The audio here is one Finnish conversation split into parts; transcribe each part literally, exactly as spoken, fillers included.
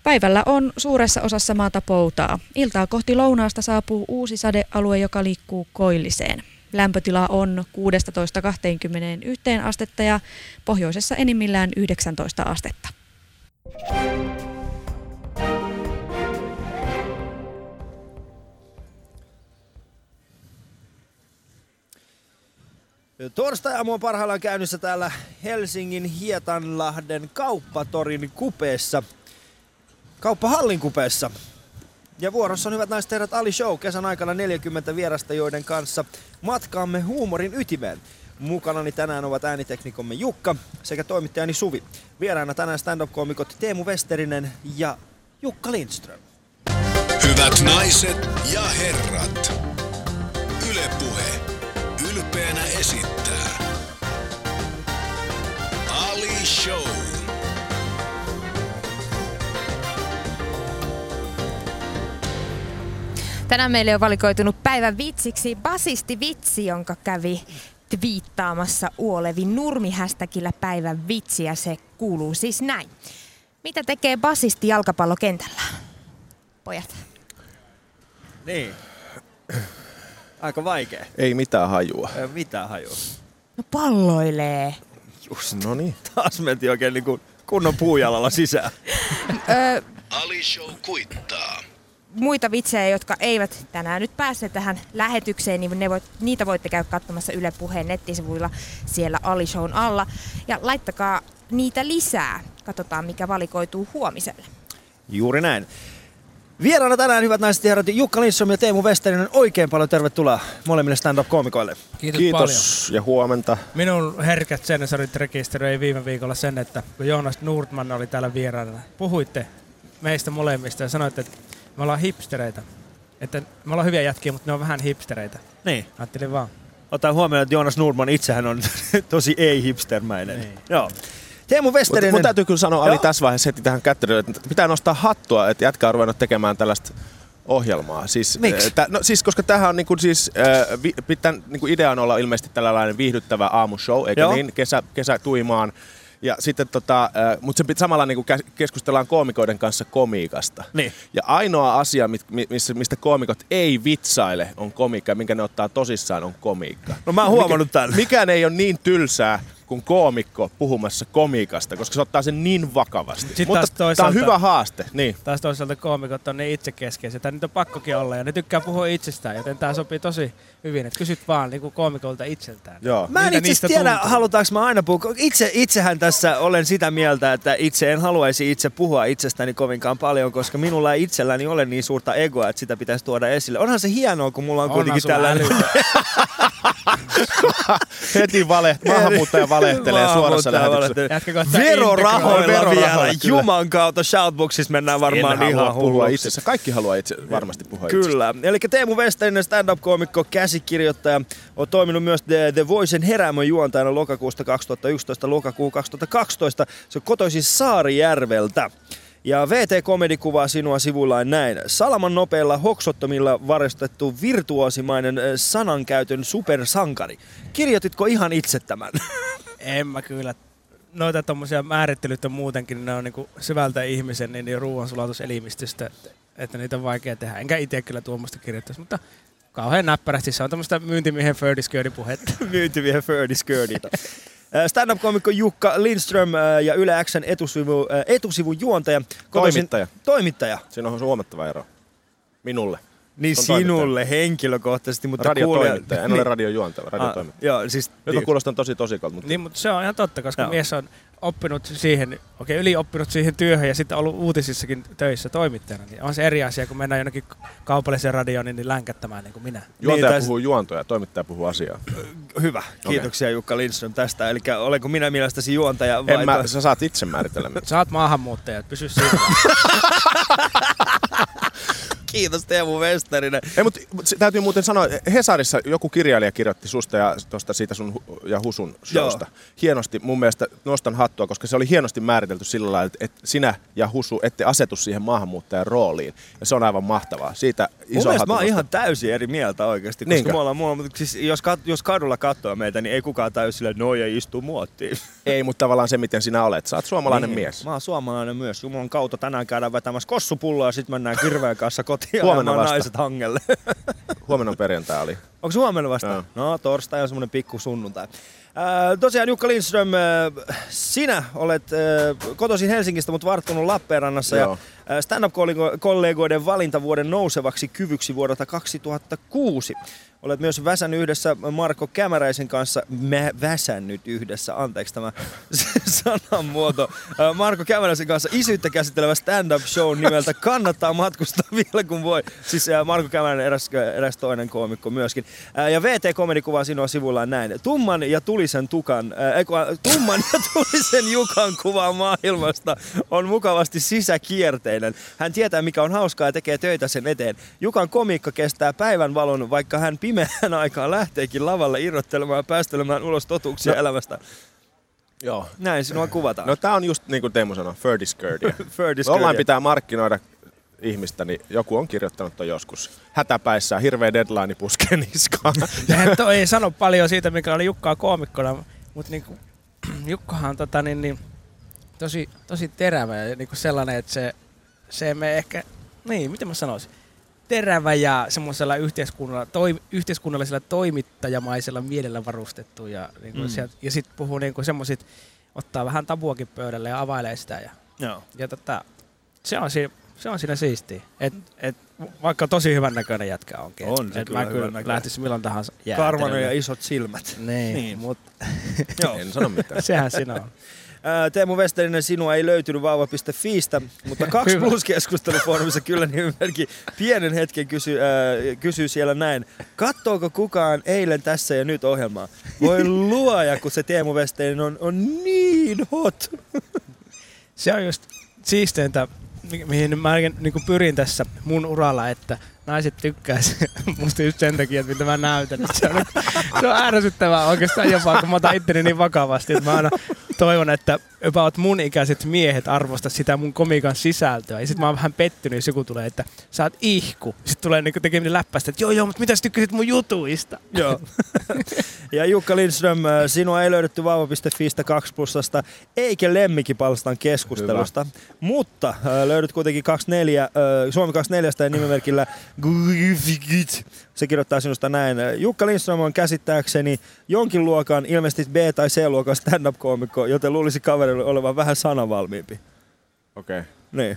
Päivällä on suuressa osassa maata poutaa. Iltaa kohti lounaasta saapuu uusi sadealue, joka liikkuu koilliseen. Lämpötila on kuusitoista kaksikymmentäyksi astetta ja pohjoisessa enimmillään yhdeksäntoista astetta. Torstai-aamu on parhaillaan käynnissä täällä Helsingin Hietanlahden kauppatorin kupeessa. Kauppahallin kupeessa. Ja vuorossa on, hyvät naiset ja herrat, Ali Show. Kesän aikana neljäkymmentä vierasta, joiden kanssa matkaamme huumorin ytimeen. Mukanani tänään ovat ääniteknikomme Jukka sekä toimittajani Suvi. Vieraana tänään stand-up-koomikot Teemu Westerinen ja Jukka Lindström. Hyvät naiset ja herrat, Yle Puhe ylpeänä esittää Ali Show. Tänään meille on valikoitunut päivän vitsiksi basisti-vitsi, jonka kävi twiittaamassa Uolevi Nurmi hashtagillä päivän vitsi, ja se kuuluu siis näin. Mitä tekee basisti jalkapallokentällä? Pojat. Niin. Aika vaikea. Ei mitään hajua. Ei mitään hajua. No palloilee. Just. No niin. Taas mentiin oikein niin kuin kunnon puujalalla sisään. Ö, Ali Show kuittaa. muita vitsejä, jotka eivät tänään nyt päässeet tähän lähetykseen, niin ne voit, niitä voitte käydä katsomassa Yle Puheen nettisivuilla siellä Ali Shown alla. Ja laittakaa niitä lisää. Katsotaan, mikä valikoituu huomiselle. Juuri näin. Vieraana tänään, hyvät naiset ja herrat, Jukka Lindström ja Teemu Westerinen. Oikein paljon tervetuloa molemmille stand-up-koomikoille. Kiitos, Kiitos paljon. Ja huomenta. Minun herkät sensorit rekisteröi viime viikolla sen, että kun Jonas Nordman oli täällä vieraana, puhuitte meistä molemmista ja sanoitte, että me ollaan hipstereitä. Että me ollaan hyviä jätkiä, mutta ne on vähän hipstereitä. Niin. Ajattelin vaan. Otan huomioon, että Jonas Nordman itsehän on tosi ei-hipstermäinen. Niin. Joo. Teemu Westerinen. Mutta mun täytyy kyllä sanoa, Ali, Joo. tässä vaiheessa heti tähän kättelyyn, että pitää nostaa hattua, että jätkä on ruvennut tekemään tällaista ohjelmaa. Siis, Miksi? Tä, no siis, koska tämähän on niinku siis, äh, vi, pitää, niinku idea on olla ilmeisesti tällainen viihdyttävä aamushow, eikä Joo. niin, kesä, kesätuimaan. Ja sitten tota, äh, mutta se pitää samalla niinku keskustellaan koomikoiden kanssa komiikasta. Niin. Ja ainoa asia, mit, missä, mistä koomikot ei vitsaile, on komiikka, minkä ne ottaa tosissaan, on komiikka. No mä oon huomannut Mikä, tämän. Mikään ei ole niin tylsää kuin koomikko puhumassa komiikasta, koska se ottaa sen niin vakavasti. Sitten Mutta taas tämä on toisaalta- hyvä haaste. Niin. Taas toisaalta koomikot on niin itsekeskeisiä, että niitä on pakkokin olla ja ne tykkää puhua itsestään, joten tää sopii tosi hyvin, että kysyt vaan niin kuin koomikolta itseltään. Joo. Mä en Miltä itse niistä tiedä, tuntuu? halutaanko mä aina puhua. Itse, itsehän tässä olen sitä mieltä, että itse en haluaisi itse puhua itsestäni kovinkaan paljon, koska minulla ei itselläni ole niin suurta egoa, että sitä pitäisi tuoda esille. Onhan se hienoa, kun mulla on Onhan kuitenkin sulla tällainen... älyä. Heti valeht, maahanmuuttaja valehtelee suorassa lähetyksessä. Jätkä kohtaa Verorahoilla integroida. vielä. Verorahoilla, kyllä. Juman kautta Shoutboxissa mennään varmaan En ihan halua puhua hulluksi. itsessä. Kaikki haluaa itse, varmasti puhua itse. Kyllä. Eli Teemu Westerinen, stand-up-koomikko, käsikirjoittaja, on toiminut myös The, The Voicen heräämön juontajana lokakuusta kaksituhattayksitoista lokakuun kaksituhattakaksitoista. Se on kotoisin Saarijärveltä. Ja V T Comedy kuvaa sinua sivuillaan näin. Salaman nopeilla hoksottomilla varistettu virtuosimainen eh, sanankäytön supersankari. Kirjoititko ihan itse tämän? En mä kyllä. Noita tommosia määrittelyitä muutenkin, niin ne on niinku syvältä ihmisen niin ruoansulatuselimistöstä, että niitä on vaikea tehdä. Enkä itse kyllä tuommoista kirjoittaisi, mutta kauhean näppärästi se on tämmöistä myyntimiehen Fördisköörin puhetta. Myyntiviehen Fördiskööditä. Stand-up-koomikko Jukka Lindström ja Yle X:n etusivu, etusivun juontaja. Kotoisin- Toimittaja. Toimittaja. Siinä on huomattava ero. Minulle. Niin On sinulle henkilökohtaisesti, mutta Radiotoimittaja. En Niin. ole radiojuontava, radiotoimittaja. Ah, joo, siis... Nyt mä kuulostan tosi tosikalta, mutta Niin, mutta se on ihan totta, koska Joo. mies on oppinut siihen, okei, yli oppinut siihen työhön ja sitten ollut uutisissakin töissä toimittajana. Niin on se eri asia, kun mennään jonnekin kaupalliseen radioon, niin länkättämään niin kuin minä. juontaja Niin, täs- puhuu juontoja, toimittaja puhuu asiaa. Hyvä. Kiitoksia Jukka Lindström tästä. Eli olenko minä mielestäsi juontaja vai... En mä, sä saat itse määritellä. Sä oot maahanmuuttaja, pysy siinä. Kiitos Teemu Westerinen. Ei, mutta mut se täytyy muuten sanoa, Hesarissa joku kirjailija kirjoitti susta ja tosta siitä sun hu- ja Husun showsta. Joo. Hienosti, mun mielestä nostan hattua, koska se oli hienosti määritelty sillä lailla, että, että sinä ja Husu ette asetu siihen maahanmuuttajan rooliin. Ja se on aivan mahtavaa. Siitä Mun mielestä mä oon hatun ihan täysin eri mieltä oikeasti, koska Niinkö? me ollaan, mulla, siis jos, kat, jos kadulla katsoo meitä, niin ei kukaan täysin silleen, että noi ei istu muottiin. Ei, mutta tavallaan se, miten sinä olet. Sä oot suomalainen niin. mies. Mä oon suomalainen myös. Jumalan kautta tänään käydään vetämässä kossupulloa ja sit mennään kirveen kanssa kotiin Huomenna ja vasta. naiset hangelle. Huomenna on perjantai oli. Onko huomenna vasta? Joo. No, torstai on semmonen pikku sunnuntai. Ää, tosiaan Jukka Lindström, ää, sinä olet ää, kotoisin Helsingistä, mutta varttunut Lappeenrannassa. Joo. Ja ää, stand-up-kollegoiden valintavuoden nousevaksi kyvyksi vuodelta kaksituhattakuusi. Olet myös väsännyt yhdessä Marko Kämäräisen kanssa, mä väsännyt yhdessä, anteeksi tämä sanamuoto, ää, Marko Kämäräisen kanssa isyyttä käsittelevä stand-up show nimeltä Kannattaa matkustaa vielä kun voi. Siis ää, Marko Kämäräinen eräs, eräs toinen koomikko myöskin. Ää, ja V T-komedi kuvaa sinua sivullaan näin. Tumman ja tulisen tukan, ää, eiku, tumman ja tulisen Jukan kuva maailmasta on mukavasti sisäkierteinen. Hän tietää mikä on hauskaa ja tekee töitä sen eteen. Jukan komiikka kestää päivänvalon, vaikka hän pimeään aikaan lähteekin lavalle irrottelemaan ja päästelemään ulos totuuksia No. elämästä. Joo. Näin sinua kuvataan. No tää on just niin kuin Teemu sanoi, Ferdiscurdia. Ferdiscurdia. Ollaan pitää markkinoida ihmistä, niin joku on kirjoittanut ton joskus. Hätäpäissään, hirveä deadline puskee niskaan. Ja toi ei sano paljon siitä, mikä oli Jukkaa koomikkona, mutta niinku, Jukkahan on tota, niin, niin, tosi, tosi terävä ja niinku sellainen, että se, se me ehkä, niin miten mä sanoisin, terävä ja semmoisella yhteiskunnalla, toi, yhteiskunnallisella toimittajamaisella mielellä varustettu ja, niinku Mm. sieltä, ja sit puhuu niinku semmoisit, ottaa vähän tabuakin pöydälle ja availee sitä ja, Joo. ja tota, se on siinä. Se on siinä siistiä. Et, et, vaikka tosi hyvän näköinen jätkä onkin. On et, se et kyllä mä hyvän kyllä näköinen. lähtisin milloin tahansa Karvanen ja isot silmät. Niin, Niin. mut Joo. En sano mitään. sehän siinä on. Ää, Teemu Westerinen, sinua ei löytynyt vauva piste fiistä, mutta kaksi Hyvä. plus keskustelufoorumissa kyllä nimimerkki pienen hetken kysyy, ää, kysyy siellä näin. Kattooko kukaan eilen tässä ja nyt ohjelmaa? Voi luoja, kun se Teemu Westerinen on, on niin hot. Se on just siisteintä, mi- mihin mä niin pyrin tässä mun uralla, että naiset tykkäis musta just sen takia, että mitä mä näytän. Se on, se on ärsyttävää oikeastaan jopa, kun mä otan itteni niin vakavasti, että mä aina toivon, että about mun ikäiset miehet arvosta sitä mun komiikan sisältöä. Ja sit mä oon vähän pettynyt, jos joku tulee, että sä oot ihku. Sitten tulee niinku tekeminen läppästä, että joo joo, mutta mitä sä tykkäsit mun jutuista? Joo. Ja Jukka Lindström, ää, sinua ei löydetty vauva piste fiistä kaksi plussasta eikä Lemmikipalstan keskustelusta, hyvä. Mutta ää, löydät kuitenkin kaksikymmentäneljä, ää, Suomi kaksikymmentäneljä ja nimimerkillä Gryfikit. Se kirjoittaa sinusta näin. Jukka Lindström on käsittääkseni jonkin luokan, ilmeisesti B- tai C-luokan stand-up-koomikko, joten luulisi kaverille olevan vähän sanavalmiimpi. Okei. Okay. Niin.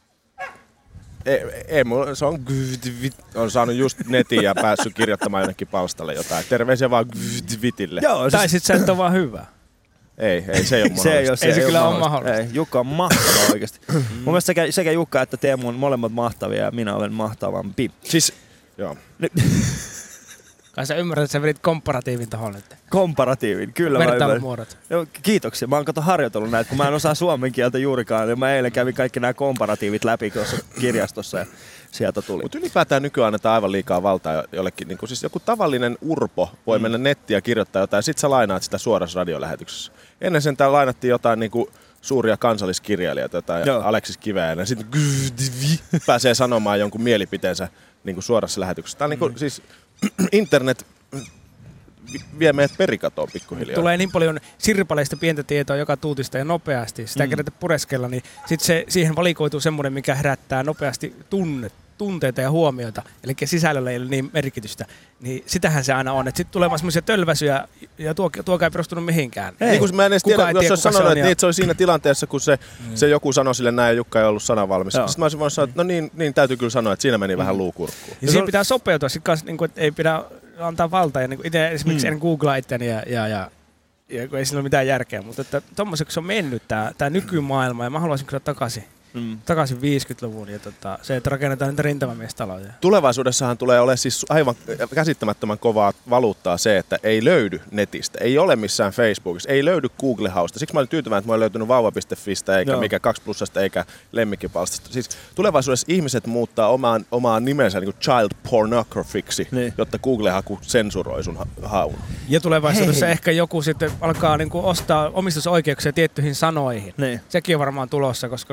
Ei, ei mulla, se on, on saanut just netin ja päässyt kirjoittamaan jonnekin palstalle jotain. Terveisiä vaan vitille. Joo, Tai siis, sit sä et ole vaan hyvä. Ei, ei, se ei ole se ei, ole, mahdollista. se Ei se ei kyllä ole ole mahdollista. Ei, Jukka on mahtava oikeasti. Mun mielestä sekä, sekä Jukka että Teemu on molemmat mahtavia ja minä olen mahtavampi. Siis, joo. Kai sä ymmärrät, että sä vedit komparatiivin tohon nyt. Komparatiivin, kyllä mä ymmärrän. Vertailumuodot. Joo, kiitoksia. Mä oon kato harjoitellut näitä, kun mä en osaa suomen kieltä juurikaan. Ja mä eilen kävin kaikki nämä komparatiivit läpi tuossa kirjastossa ja sieltä tuli. Mutta ylipäätään nykyään annetaan aivan liikaa valtaa jollekin. Niin siis joku tavallinen urpo voi mm. mennä nettiin ja kirjoittaa jotain, ja sit sä lainaat sitä suorassa radiolähetyksessä. Ennen sen täällä lainattiin jotain niin kuin suuria kansalliskirjailijoita, jotain Joo. Aleksis Kiveä, ja sitten pääsee sanomaan jonkun mielipiteensä niin kuin suorassa lähetyksessä. Tää on niin kuin, siis internet vie meidät perikatoon pikkuhiljaa. Tulee niin paljon sirpaleista pientä tietoa joka tuutista ja nopeasti. Sitä ei Mm. kerätä pureskella, niin sit se, siihen valikoituu semmoinen, mikä herättää nopeasti tunne, tunteita ja huomioita. Eli sisällöllä ei ole niin merkitystä. Niin sitähän se aina on. Sitten tulee vaan semmoisia tölväsyjä ja tuo, tuokaan ei perustunut mihinkään. Niin kun mä en edes tiedä, Kukaan ei jos tiedä, olisi kuka se sanonut, on että ja- niitä se oli siinä tilanteessa, kun se, mm. se joku sanoi sille näin ja Jukka ei ollut sanavalmis. Joo. Sitten mä olisin voinut sanoa, että no niin, niin täytyy kyllä sanoa, että siinä meni mm. vähän luukurkkuun. Ja siinä pitää sopeutua. Sitten kanssa, niin kuin, että ei pidä antaa valtaa. Ja niin kuin itse esimerkiksi Mm. en googlaa itteni ja, ja, ja, ja kun ei sillä ole mitään järkeä. Mutta että tommoseksi on mennyt tää, tää nykymaailma ja mä haluaisin kyllä takaisin. Mm. Takaisin viisikymmentäluvun ja tota, se, että rakennetaan niitä rintamamiestaloja. Tulevaisuudessahan tulee olemaan siis aivan käsittämättömän kovaa valuuttaa se, että ei löydy netistä, ei ole missään Facebookissa, ei löydy Google-hausta. Siksi mä olin tyytyväinen, että mä olen löytynyt vauva piste fistä eikä Joo. mikä kaksi plussasta eikä Lemmikkipalstasta. Siis tulevaisuudessa ihmiset muuttaa omaan, omaan nimensä niin kuin child pornographyksi, Niin. jotta Google-haku sensuroi sun ha- haun. Ja tulevaisuudessa Hei. ehkä joku sitten alkaa niinku ostaa omistusoikeuksia tiettyihin sanoihin. Niin. Sekin on varmaan tulossa, koska nykyään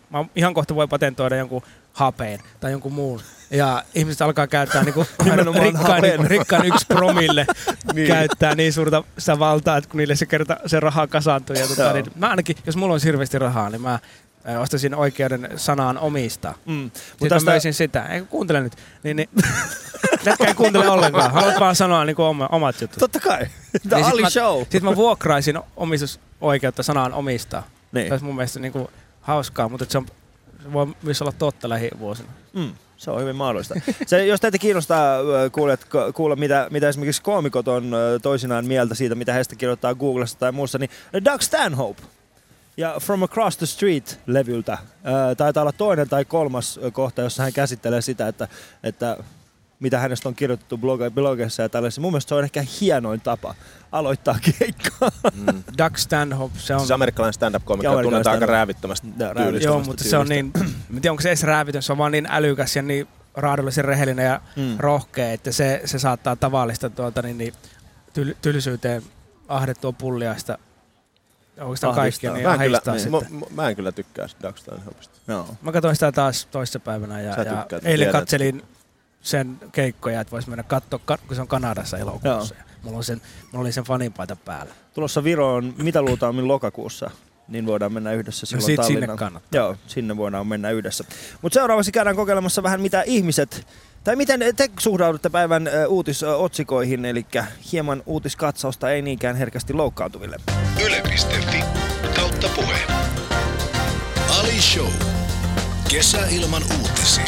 mä ihan kohta voi patentoida jonkun hapeen tai jonkun muun. Ja ihmiset alkaa käyttää niinku rikkaan, niinku, rikkaan yksi promille niin. käyttää niin suurta sitä valtaa, että kun niille se kerta se raha kasaantuu. Ja tota, niin, mä ainakin, jos mulla on hirveästi rahaa, niin mä äh, ostaisin oikeuden sanaan omistaa. Mm. Sitten tästä... mä möisin sitä. Ei kuuntele nyt. Niin, niin. Jätkä ei kuuntele ollenkaan. Haluat vaan sanoa niinku omat jutut. Totta kai. Niin Ali sit Show. Mä, sit mä vuokraisin omistusoikeutta sanaan omistaa. Niin. Se olisi mun mielestä niinku hauskaa, mutta se, on, se voi myös olla totta lähivuosina. Mm. Se on hyvin mahdollista. Se, jos teitä kiinnostaa kuulet, kuulla, mitä, mitä esimerkiksi koomikot on toisinaan mieltä siitä, mitä heistä kirjoittaa Googlessa tai muussa, niin Doug Stanhope ja From Across the Street-levyltä ää, taitaa olla toinen tai kolmas kohta, jossa hän käsittelee sitä, että, että mitä hänestä on kirjoitettu blogeissa ja tällaisessa. Mun mielestä se on ehkä hienoin tapa aloittaa keikkaa. Mm. Doug Stanhope, se on... Siis amerikkalainen stand-up-komikko tunnetaan aika räävittömästä tyylistä. Joo, mutta se on niin, en tiedä onko se edes räävitön, se on vaan niin älykäs ja niin raadollisen rehellinen ja mm. rohkea, että se, se saattaa tavallista tuota, niin, niin, tyl, tylsyyteen ahdettua pulliaista. Oikeastaan kaikkia niin ahdistaa niin. sitten. Mä, mä en kyllä tykkää Doug Stanhopesta. No. Mä katsoin sitä taas toissapäivänä ja, ja eilen katselin sen keikkoja, että vois mennä katsoa, kun se on Kanadassa elokuussa. Mulla, sen, mulla oli sen faninpaita päällä. Tulossa Viroon mitä luultavasti lokakuussa, niin voidaan mennä yhdessä silloin no Tallinnaan. Sinne kannattaa. Joo, sinne voidaan mennä yhdessä. Mutta seuraavaksi käydään kokeilemassa vähän mitä ihmiset, tai miten te suhtaudutte päivän uutisotsikoihin, eli hieman uutiskatsausta ei niinkään herkästi loukkaantuville. Yle piste fi kautta puhe. Ali Show. Kesä ilman uutisia.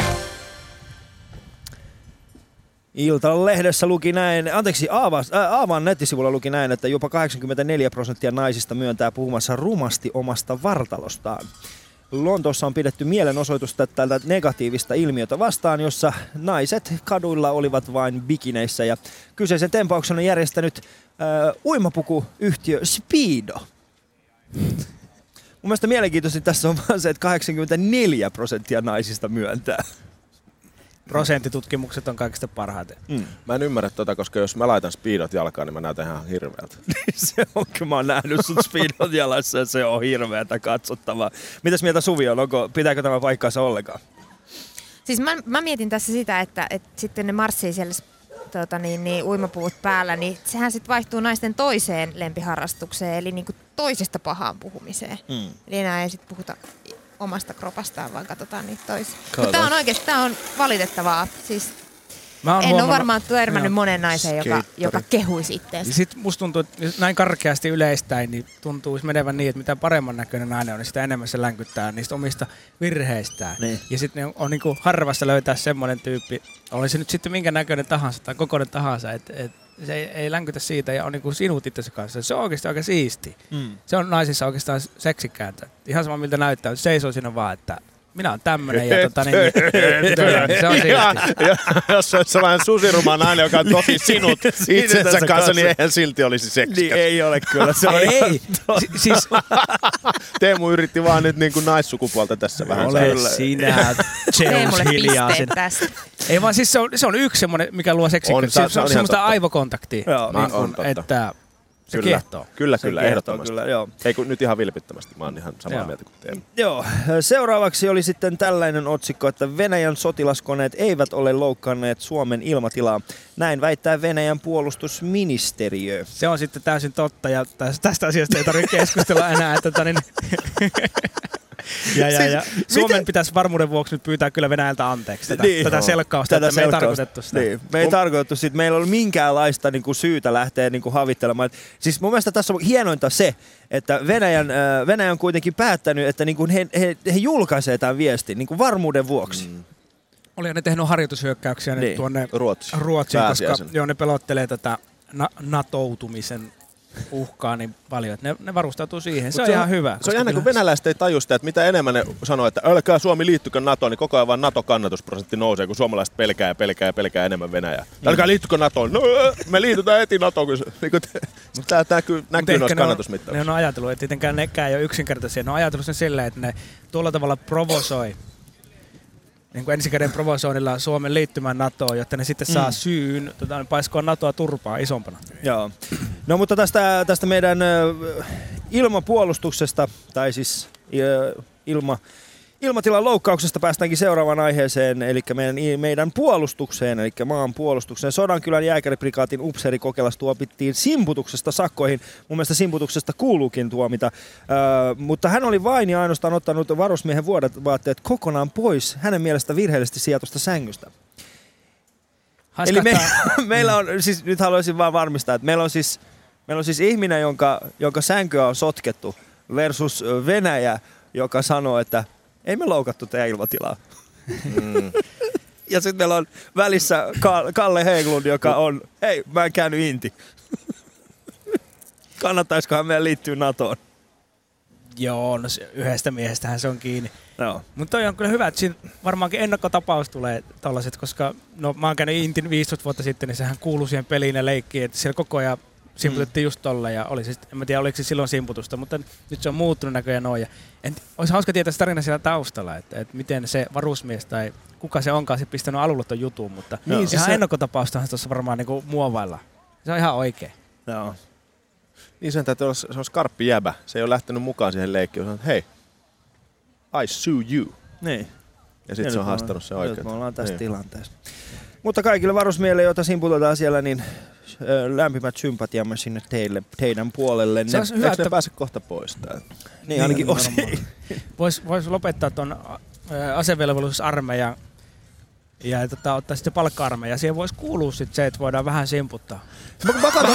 Iltalehdessä luki näin, anteeksi, Aavan nettisivulla luki näin, että jopa kahdeksankymmentäneljä prosenttia naisista myöntää puhumassa rumasti omasta vartalostaan. Lontoossa on pidetty mielenosoitusta tältä negatiivista ilmiötä vastaan, jossa naiset kaduilla olivat vain bikineissä. Ja kyseisen tempauksen on järjestänyt äh, uimapukuyhtiö Speedo. Mun mielestä mielenkiintoisesti tässä on vaan se, että kahdeksankymmentäneljä prosenttia naisista myöntää. Prosenttitutkimukset on kaikista parhaiten. Mm. Mä en ymmärrä tota, koska jos mä laitan speedot jalkaan, niin mä näytän ihan hirveältä. Se on, kun mä oon nähnyt sut speedot jalassa ja se on hirveätä katsottavaa. Mitäs mieltä Suvi on? Onko, pitääkö tämä paikkaansa ollenkaan? Siis mä, mä mietin tässä sitä, että, että sitten ne marssii siellä tota niin, niin, uimapuvut päällä, niin sehän sitten vaihtuu naisten toiseen lempiharrastukseen, eli niin kuin toisesta pahaan puhumiseen. Mm. Eli enää ei sitten puhuta omasta kropastaan, vaan katsotaan niitä toisia. Mutta tämä on oikeasti, tämä on valitettavaa. Siis en huomannut, ole varmaan törmännyt monen naisen, joka, joka kehuisi itseensä. Sitten musta tuntuu, että näin karkeasti yleistäin, niin tuntuu menevän niin, että mitä paremman näköinen nainen on, niin sitä enemmän se länkyttää niistä omista virheistään. Niin. Ja sitten on, on niin kuin harvassa löytää semmoinen tyyppi, oli se nyt sitten minkä näköinen tahansa tai kokoinen tahansa, että et, se ei, ei länkytä siitä ja on niin kuin sinut itsensä kanssa. Se on oikeasti aika siisti. Mm. Se on naisissa oikeastaan seksikkääntä. Ihan sama miltä näyttää, mutta seisoo siinä vaan, että minä olen tämmönen ja tota niin, se on siisti. Jos olisi sellainen susiruma nainen, joka on tosi sinut itsensä kanssa, niin eihän silti olisi seksikäs. Niin ei ole kyllä. Se on ei. Siis Teemu yritti vaan nyt niin kuin naissukupuolta tässä vähän. Ole sinä, Zeus hiljaa sen. Ei vaan siis se on, se on yksi semmoinen, mikä luo seksikkyyttä. Se on, se on semmoista totta. Aivokontaktia. Joo, niin kun, on että se kyllä, kiehtoo. Kyllä, se kyllä, kiehtoo, ehdottomasti. Kyllä, joo. Ei kun nyt ihan vilpittömästi, mä oon ihan samaa joo. mieltä kuin Teemu. Joo, seuraavaksi oli sitten tällainen otsikko, että Venäjän sotilaskoneet eivät ole loukkanneet Suomen ilmatilaa. Näin väittää Venäjän puolustusministeriö. Se on sitten täysin totta ja tästä asiasta ei tarvitse keskustella enää. Että niin Ja, ja, ja siis, Suomen miten? Pitäisi varmuuden vuoksi nyt pyytää kyllä Venäjältä anteeksi tätä, niin, tätä selkkausta, tätä että selkkausta. Me ei tarkoitettu sitä. Niin, me ei um. tarkoitettu sitä, meillä ei ollut minkäänlaista niin kuin syytä lähteä niin kuin havittelemaan. Siis mun mielestä tässä on hienointa se, että Venäjän, äh, Venäjä on kuitenkin päättänyt, että niin kuin he, he, he julkaisee tämän viestin niin kuin varmuuden vuoksi. Mm. Olihan ne tehnyt harjoitushyökkäyksiä niin. tuonne Ruotsi. Ruotsiin, koska joo, ne pelottelee tätä na- natoutumisen uhkaa niin paljon, että ne, ne varustautuu siihen. Se, se on ihan hyvä. Se on jännä, kun venäläiset ei taju sitä, että mitä enemmän ne sanoo, että älkää Suomi liittykö NATOon, niin koko ajan vaan NATO-kannatusprosentti nousee, kun suomalaiset pelkää ja pelkää ja pelkää enemmän Venäjää. Mm. Älkää liittykö NATOon. No, me liitytään heti NATOon. Niin tämä näkyy, näkyy noissa kannatusmittauksissa. Ne on ajatellut, että tietenkään nekään ei ole yksinkertaisia. Ne on ajatellut sen silleen, että ne tuolla tavalla provosoi. Niin kuin ensikäden provosoinnilla Suomen liittymään NATOon, jotta ne sitten saa mm. syyn tota, paiskoa NATOa turpaa isompana. Joo. No mutta tästä, tästä meidän äh, ilmapuolustuksesta, tai siis äh, ilma, Ilmatilan loukkauksesta päästäänkin seuraavaan aiheeseen, eli meidän, meidän puolustukseen, eli maan puolustukseen. Sodankylän jääkäriprikaatin upseeri Kokelas tuopittiin simputuksesta sakkoihin. Mun mielestä simputuksesta kuuluukin tuomita, äh, mutta hän oli vain ja ainoastaan ottanut varusmiehen vuodevaatteet kokonaan pois hänen mielestä virheellisesti sijatusta sängystä. Eli me, meillä on, siis nyt haluaisin vaan varmistaa, että meillä on siis, meillä on siis ihminen, jonka, jonka sänkyä on sotkettu versus Venäjä, joka sanoo, että ei me loukattu teidän ilmatilaa. Mm. Ja sitten meillä on välissä Kalle Hägglund, joka on, hei, mä en käynyt inti. Kannattaisikohan meidän liittyä NATOon? Joo, no yhdestä miehestähän se on kiinni. No. Mutta toi on kyllä hyvä, että siinä varmaankin ennakkotapaus tulee tollaiset, koska no, mä oon käynyt intin viisitoista vuotta sitten, niin sehän kuuluu siihen peliin ja leikkiin, että siellä koko ajan simputettiin mm. just tolle ja oli se, en mä tiedä oliko se silloin simputusta, mutta nyt se on muuttunut näköjään noin. En, olisi hauska tietää se tarina siellä taustalla, että, että miten se varusmies tai kuka se onkaan se pistänyt alulle ton jutun, mutta niin, ihan siis se ennakkotapaustahan tuossa varmaan niinku muovailla. Se on ihan oikein. Joo. Niin sen täytyy olla, se on skarppi jäbä. Se ei ole lähtenyt mukaan siihen leikkiin. Se on, hei, I sue you. Niin. Ja sitten se on haastanut se oikein. Me ollaan tässä niin. tilanteessa. Mutta kaikille varusmiehille, joita simputetaan siellä, niin lämpimät sympatiamme sinne teille, teidän puolelle. Se olisi hyvä, eikö että pääse kohta pois täältä? Niin, ainakin osin. Voisi vois lopettaa tuon asevelvollisuusarmeijan ja tota, ottaa sitten palkka-armeija. Siihen voisi kuulua sit se, että voidaan vähän simputtaa. Mä, mä katson.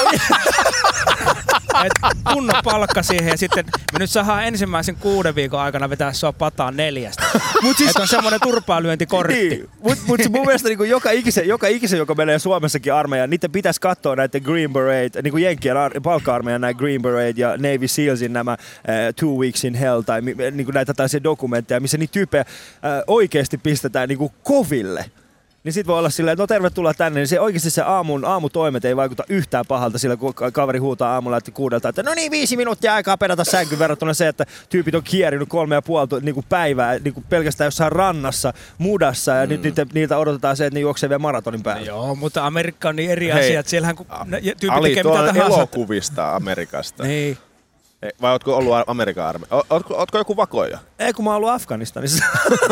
Et kunnon palkka siihen ja sitten me nyt saadaan ensimmäisen kuuden viikon aikana vetää sua pataan neljästä. Mut siis, et on semmoinen turpaanlyöntikortti. Niin, mut, mut mun mielestä niin joka, ikisen, joka ikisen, joka menee Suomessakin armeijaan, niiden pitäisi katsoa näitä Green Beret, niin kuin Jenkkien ar- palkka-armeijan näitä Green Beret ja Navy Sealsin nämä uh, Two Weeks in Hell tai niin kuin näitä tällaisia dokumentteja, missä niitä tyyppejä uh, oikeasti pistetään niin kuin koville. Niin sit voi olla silleen, että no tervetuloa tänne, niin se oikeasti se aamun, aamutoimet ei vaikuta yhtään pahalta sillä, kun kaveri huutaa aamulla että kuudelta, että no niin, viisi minuuttia aikaa pedata sänky verrattuna se, että tyypit on kierinyt kolme ja puoli niin kuin päivää niin kuin pelkästään jossain rannassa, mudassa ja mm. nyt niitä, niiltä odotetaan se, että ne juoksee vielä maratonin päälle. No joo, mutta Amerikka on niin eri Hei, asia, että siellähän kun tyypit Ali, tekee mitä tahansa. elokuvista Amerikasta. Niin. Vai ootko ollut Amerikan armeija? Ootko, ootko joku vakoija? Ei, kun mä oon ollut Afganistanissa.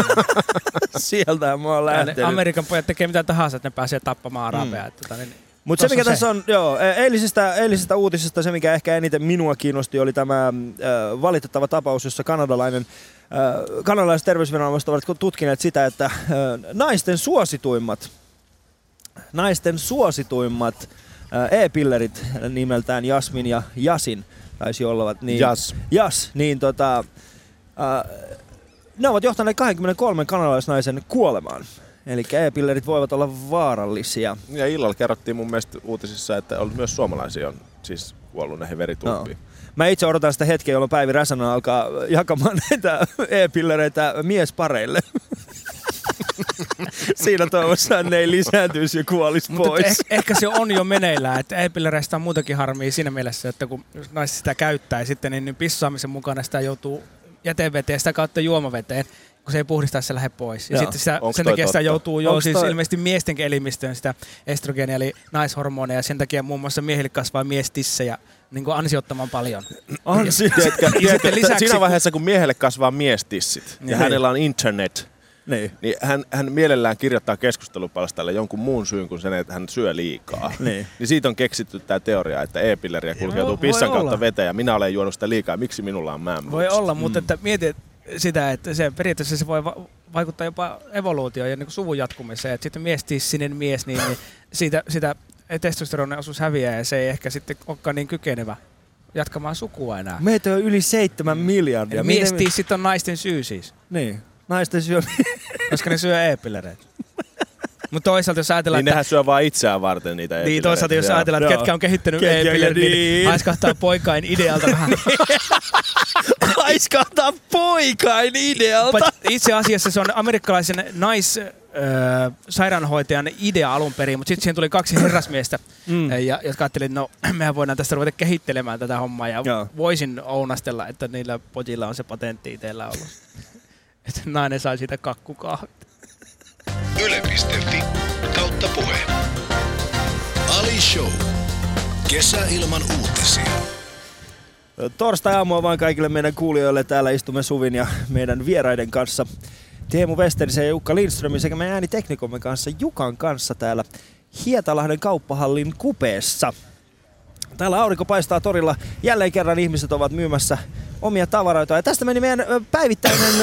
Sieltä mä oon lähtenyt. Amerikan pojat tekee mitä tahansa, että ne pääsee tappamaan arabeja. Mm. Tota, niin, mutta se mikä se. tässä on, joo, eilisestä, eilisestä uutisesta se mikä ehkä eniten minua kiinnosti oli tämä äh, valitettava tapaus, jossa kanadalainen, äh, kanadalaiset terveysviranomaiset ovat tutkineet sitä, että äh, naisten suosituimmat, naisten suosituimmat äh, e-pillerit nimeltään Jasmin ja Jasin, taisi olla, niin, Jas. Jas, niin tota, äh, ne ovat johtaneet kaksikymmentäkolme kanadalaisnaisen kuolemaan. Eli e-pillerit voivat olla vaarallisia. Ja illalla kerrottiin mun mielestä uutisissa, että on myös suomalaisia on siis kuollut näihin veritulppiin. No. Mä itse odotan sitä hetkeä, jolloin Päivi Räsänen alkaa jakamaan näitä e-pillereitä miespareille. Siinä toivossa ne ei lisääntyisi ja kuolisi pois. Ehkä, ehkä se on jo meneillään, että e-pillereistä on muutakin harmia siinä mielessä, että kun naiset sitä käyttää ja sitten niin pissaamisen mukana sitä joutuu jäteveteen ja sitä kautta juomaveteen, kun se ei puhdista, se lähde pois. Ja sitten sitä, sen takia sitä joutuu jo siis toi? ilmeisesti miesten elimistöön sitä estrogeenia eli naishormoneja ja sen takia muun muassa miehille kasvaa miestissejä niin kuin ansiottoman paljon. Ansi. Siinä vaiheessa kun miehelle kasvaa miestissit ja, ja hänellä on internet, Niin. Niin hän, hän mielellään kirjoittaa keskustelupalstalle jonkun muun syyn kuin sen, että hän syö liikaa. Niin, niin siitä on keksitty tämä teoria, että e-pilleriä kulkeutuu pissan kautta olla. veteen ja minä olen juonut sitä liikaa. Miksi minulla on mämmöksi? Voi olla, mm. mutta että mietit sitä, että se periaatteessa se voi va- vaikuttaa jopa evoluutioon ja niin kuin suvun jatkumiseen. Että sitten mies tissinen mies, niin, niin siitä, sitä testosteronin osuus häviää ja se ei ehkä sitten olekaan niin kykenevä jatkamaan sukua enää. Meitä on yli seitsemän miljardia. Mies tissit on naisten syy siis. Niin. Naisten syö. Koska ne syö e-pillereitä. Mutta toisaalta jos ajatellaan, niin nehän syö vaan itseään varten niitä e-pillereitä. Niin toisaalta jos ajatellaan, että ketkä on kehittänyt e-pillereitä, niin haiskahtaa poikain idealta vähän. Haiskahtaa poikain idealta? But itse asiassa se on amerikkalaisen naissairaanhoitajan äh, idea alun perin, mutta sitten siihen tuli kaksi herrasmiestä, mm. ja, jotka ajattelivat, että no mehän voidaan tästä ruveta kehittelemään tätä hommaa, ja Joo. voisin ounastella, että niillä pojilla on se patentti itsellä ollut. Että nainen sai siitä kakkukahvit. Yle piste fi kautta puhe. Ali Show. Kesä ilman uutisia. Torstai-aamua vaan kaikille meidän kuulijoille. Täällä istumme Suvin ja meidän vieraiden kanssa Teemu Westerisen ja Jukka Lindströmin sekä meidän ääniteknikomme kanssa Jukan kanssa täällä Hietalahden kauppahallin kupeessa. Täällä aurinko paistaa torilla. Jälleen kerran ihmiset ovat myymässä omia tavaroita. Ja tästä meni meidän päivittäinen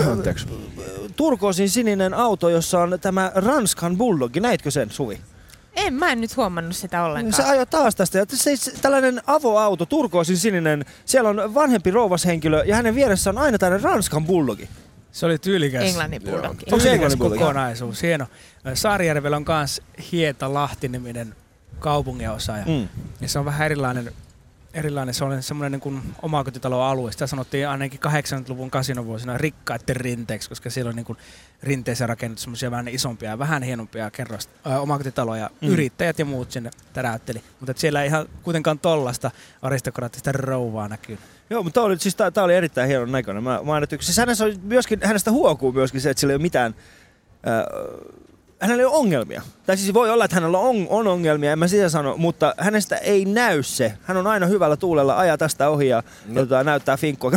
turkoosin sininen auto, jossa on tämä Ranskan Bulldog. Näitkö sen, Suvi? En, mä en nyt huomannut sitä ollenkaan. Se ajoi taas tästä. Se, tällainen avoauto, turkoosin sininen. Siellä on vanhempi rouvashenkilö ja hänen vieressä on aina tällainen Ranskan Bulldogi. Se oli tyylikäs. Englannin Bulldog. Tyylikäs kokonaisuus. Hieno. Saarijärvellä on myös Hietalahti-niminen kaupunginosa. Ja, mm. ja se on vähän erilainen. Erilainen, se on semmoinen niin kuin omakotitalon-alue. Sitä sanottiin ainakin kahdeksankymmentäluvun kasinovuosina rikkaiden rinteeksi, koska siellä on niin kuin rinteeseen rakennettu semmoisia vähän isompia ja vähän hienompia kerrosta, ää, omakotitaloja. Mm. Yrittäjät ja muut sinne täräytteli. Mutta siellä ei ihan kuitenkaan tollasta aristokraattista rouvaa näkyy. Joo, mutta tämä oli, siis tää, tää oli erittäin hienon näköinen. Mä, mä aina siis hänestä, oli myöskin, hänestä huokuu myöskin se, että sillä ei ole mitään... Ää, hänellä ei ole ongelmia. Tai siis voi olla, että hänellä on, on ongelmia, en mä sitä sano, mutta hänestä ei näy se. Hän on aina hyvällä tuulella, ajaa tästä ohi ja no. Tota, näyttää finkkua.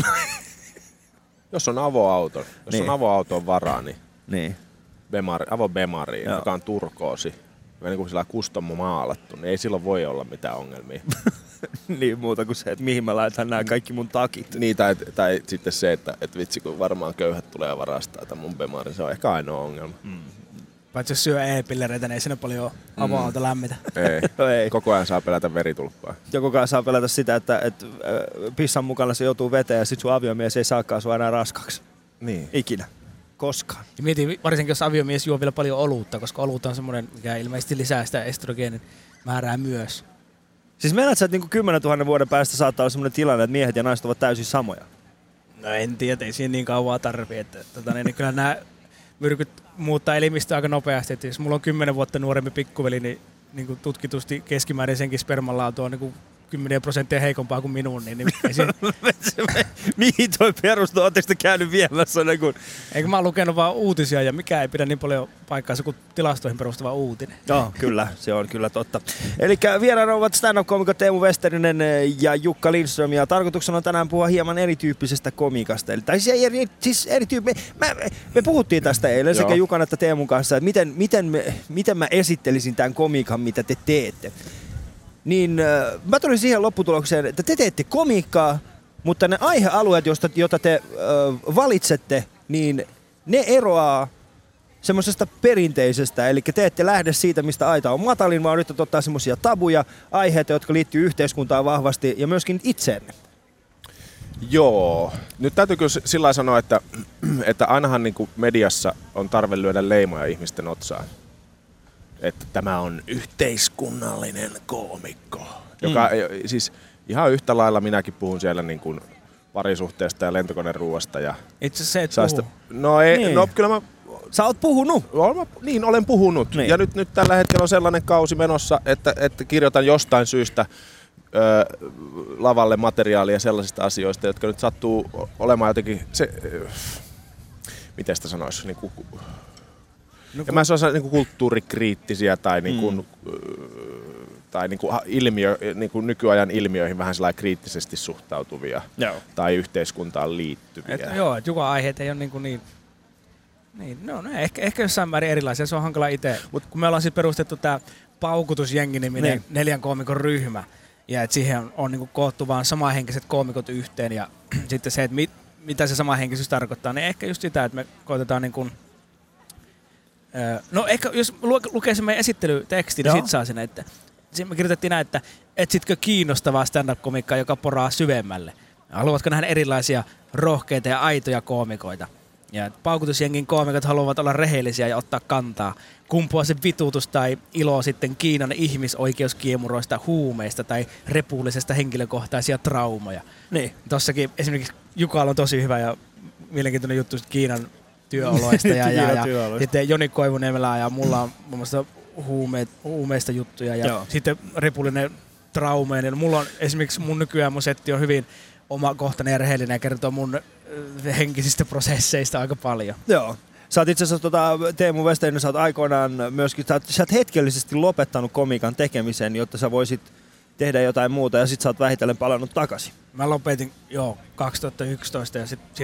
Jos on avoauto, jos niin. on avoauton varaa, niin, niin. Bemari, avobemari, Joo. joka on turkoosi, niin kuin sillä kustomo maalattu, niin ei silloin voi olla mitään ongelmia. Niin muuta kuin se, että mihin mä laitan nämä kaikki mun takit. Niin, tai, tai sitten se, että, että vitsi kun varmaan köyhät tulee varastaa tämän mun bemari, se on ehkä ainoa ongelma. Mm. Paitsi jos syö e-pillereitä, niin ei siinä paljon avoauto mm. lämmitä. Ei. ei. Koko ajan saa pelätä veritulppaa. Ja koko ajan saa pelätä sitä, että, että pissan mukana se joutuu veteen ja sit sun aviomies ei saakaan sua enää raskaksi. Niin. Ikinä. Koskaan. Ja mietin, varsinkin jos aviomies juo vielä paljon olutta, koska olut on semmoinen, mikä ilmeisesti lisää sitä estrogeenin määrää myös. Siis meinaat sä, että niinku kymmenen tuhannen vuoden päästä saattaa olla semmoinen tilanne, että miehet ja naiset ovat täysin samoja? No en tiedä, ei siinä niin kauan tarvii. Että, tota, niin, kyllä nämä myrkyt muuttaa elimistöä aika nopeasti. Että jos mulla on kymmenen vuotta nuorempi pikkuveli, niin, niin kuin tutkitusti keskimäärin senkin spermanlaatu on niin kuin kymmenen prosenttia heikompaa kuin minun. Niin, niin se... Mihin toi perustuu? Oletteko te käynyt viemässä? Niin kun... Eikö mä oon lukenut vaan uutisia ja mikä ei pidä niin paljon paikkaansa kuin tilastoihin perustuva uutinen. Joo, kyllä, se on kyllä totta. Elikkä vieraana ovat stand-up-komikot Teemu Westerinen ja Jukka Lindström. Ja tarkoituksena on tänään puhua hieman erityyppisestä komikasta. Eli, tai siis, eri, siis erityyppi, mä, me puhuttiin tästä eilen sekä Jukan että Teemun kanssa, että miten, miten, me, miten mä esittelisin tämän komikan, mitä te teette. Niin äh, mä tulin siihen lopputulokseen, että te teette komiikkaa, mutta ne aihealueet, josta, jota te äh, valitsette, niin ne eroaa semmoisesta perinteisestä. Eli te ette lähde siitä, mistä aita on matalin, vaan yrittätte ottaa semmoisia tabuja, aiheita, jotka liittyy yhteiskuntaan vahvasti ja myöskin itseenne. Joo. Nyt täytyy kyllä sillä sanoa, että, että ainahan niin kuin mediassa on tarve lyödä leimoja ihmisten otsaan. Että tämä on yhteiskunnallinen koomikko. Joka, mm. siis ihan yhtä lailla minäkin puhun siellä niin kuin parisuhteesta ja lentokoneruuasta. Ja itse se et puhu. No, ei, niin. no kyllä mä... Sä oot puhunut? Olen, niin, olen puhunut. Niin. Ja nyt, nyt tällä hetkellä on sellainen kausi menossa, että, että kirjoitan jostain syystä ö, lavalle materiaalia sellaisista asioista, jotka nyt sattuu olemaan jotenkin... Se, ö, miten sitä sanoisi? Niin kuin, No, ja mä sanoisin niin kulttuurikriittisiä tai, niin kuin, mm. tai niin kuin ilmiö, niin kuin nykyajan ilmiöihin vähän sellainen kriittisesti suhtautuvia joo. tai yhteiskuntaan liittyviä. Et, joo, että joka aiheet ei ole niin, niin, niin no, no, ehkä, ehkä jossain määrin erilaisia, se on hankala itse. Mutta kun me ollaan sitten perustettu tämä Paukutusjengi-niminen niin. neljän koomikon ryhmä, ja että siihen on, on niin kuin koottu vaan samanhenkiset koomikot yhteen, ja sitten se, että mit, mitä se samanhenkisyys tarkoittaa, niin ehkä just sitä, että me koitetaan niin kuin no ehkä jos lukee se meidän esittelyteksti, niin sit saa sinne, että me kirjoitettiin näin, että etsitkö kiinnostavaa stand-up-komikkaa, joka poraa syvemmälle. Haluatko nähdä erilaisia rohkeita ja aitoja koomikoita? Ja Paukutusjengin koomikot haluavat olla rehellisiä ja ottaa kantaa. Kumpuaa se vitutus tai ilo sitten Kiinan ihmisoikeuskiemuroista, huumeista tai repullisesta henkilökohtaisia traumoja. Niin. Tossakin esimerkiksi Jukalla on tosi hyvä ja mielenkiintoinen juttu Kiinan työoloista ja, ja, ja sitten Joni Koivuniemelä ja mulla on muun muassa huumeet, huumeista juttuja ja joo. sitten repullinen traumeinen. Mulla on esimerkiksi mun nykyään mun setti on hyvin omakohtainen ja rehellinen ja kertoo mun henkisistä prosesseista aika paljon. Joo. Sä oot itse asiassa tota, Teemu Westerinen, sä oot aikoinaan myöskin, sä oot, sä oot hetkellisesti lopettanut komikan tekemisen, jotta sä voisit tehdä jotain muuta ja sit sä oot vähitellen palannut takaisin. Mä lopetin joo kaksituhattayksitoista ja sit, sit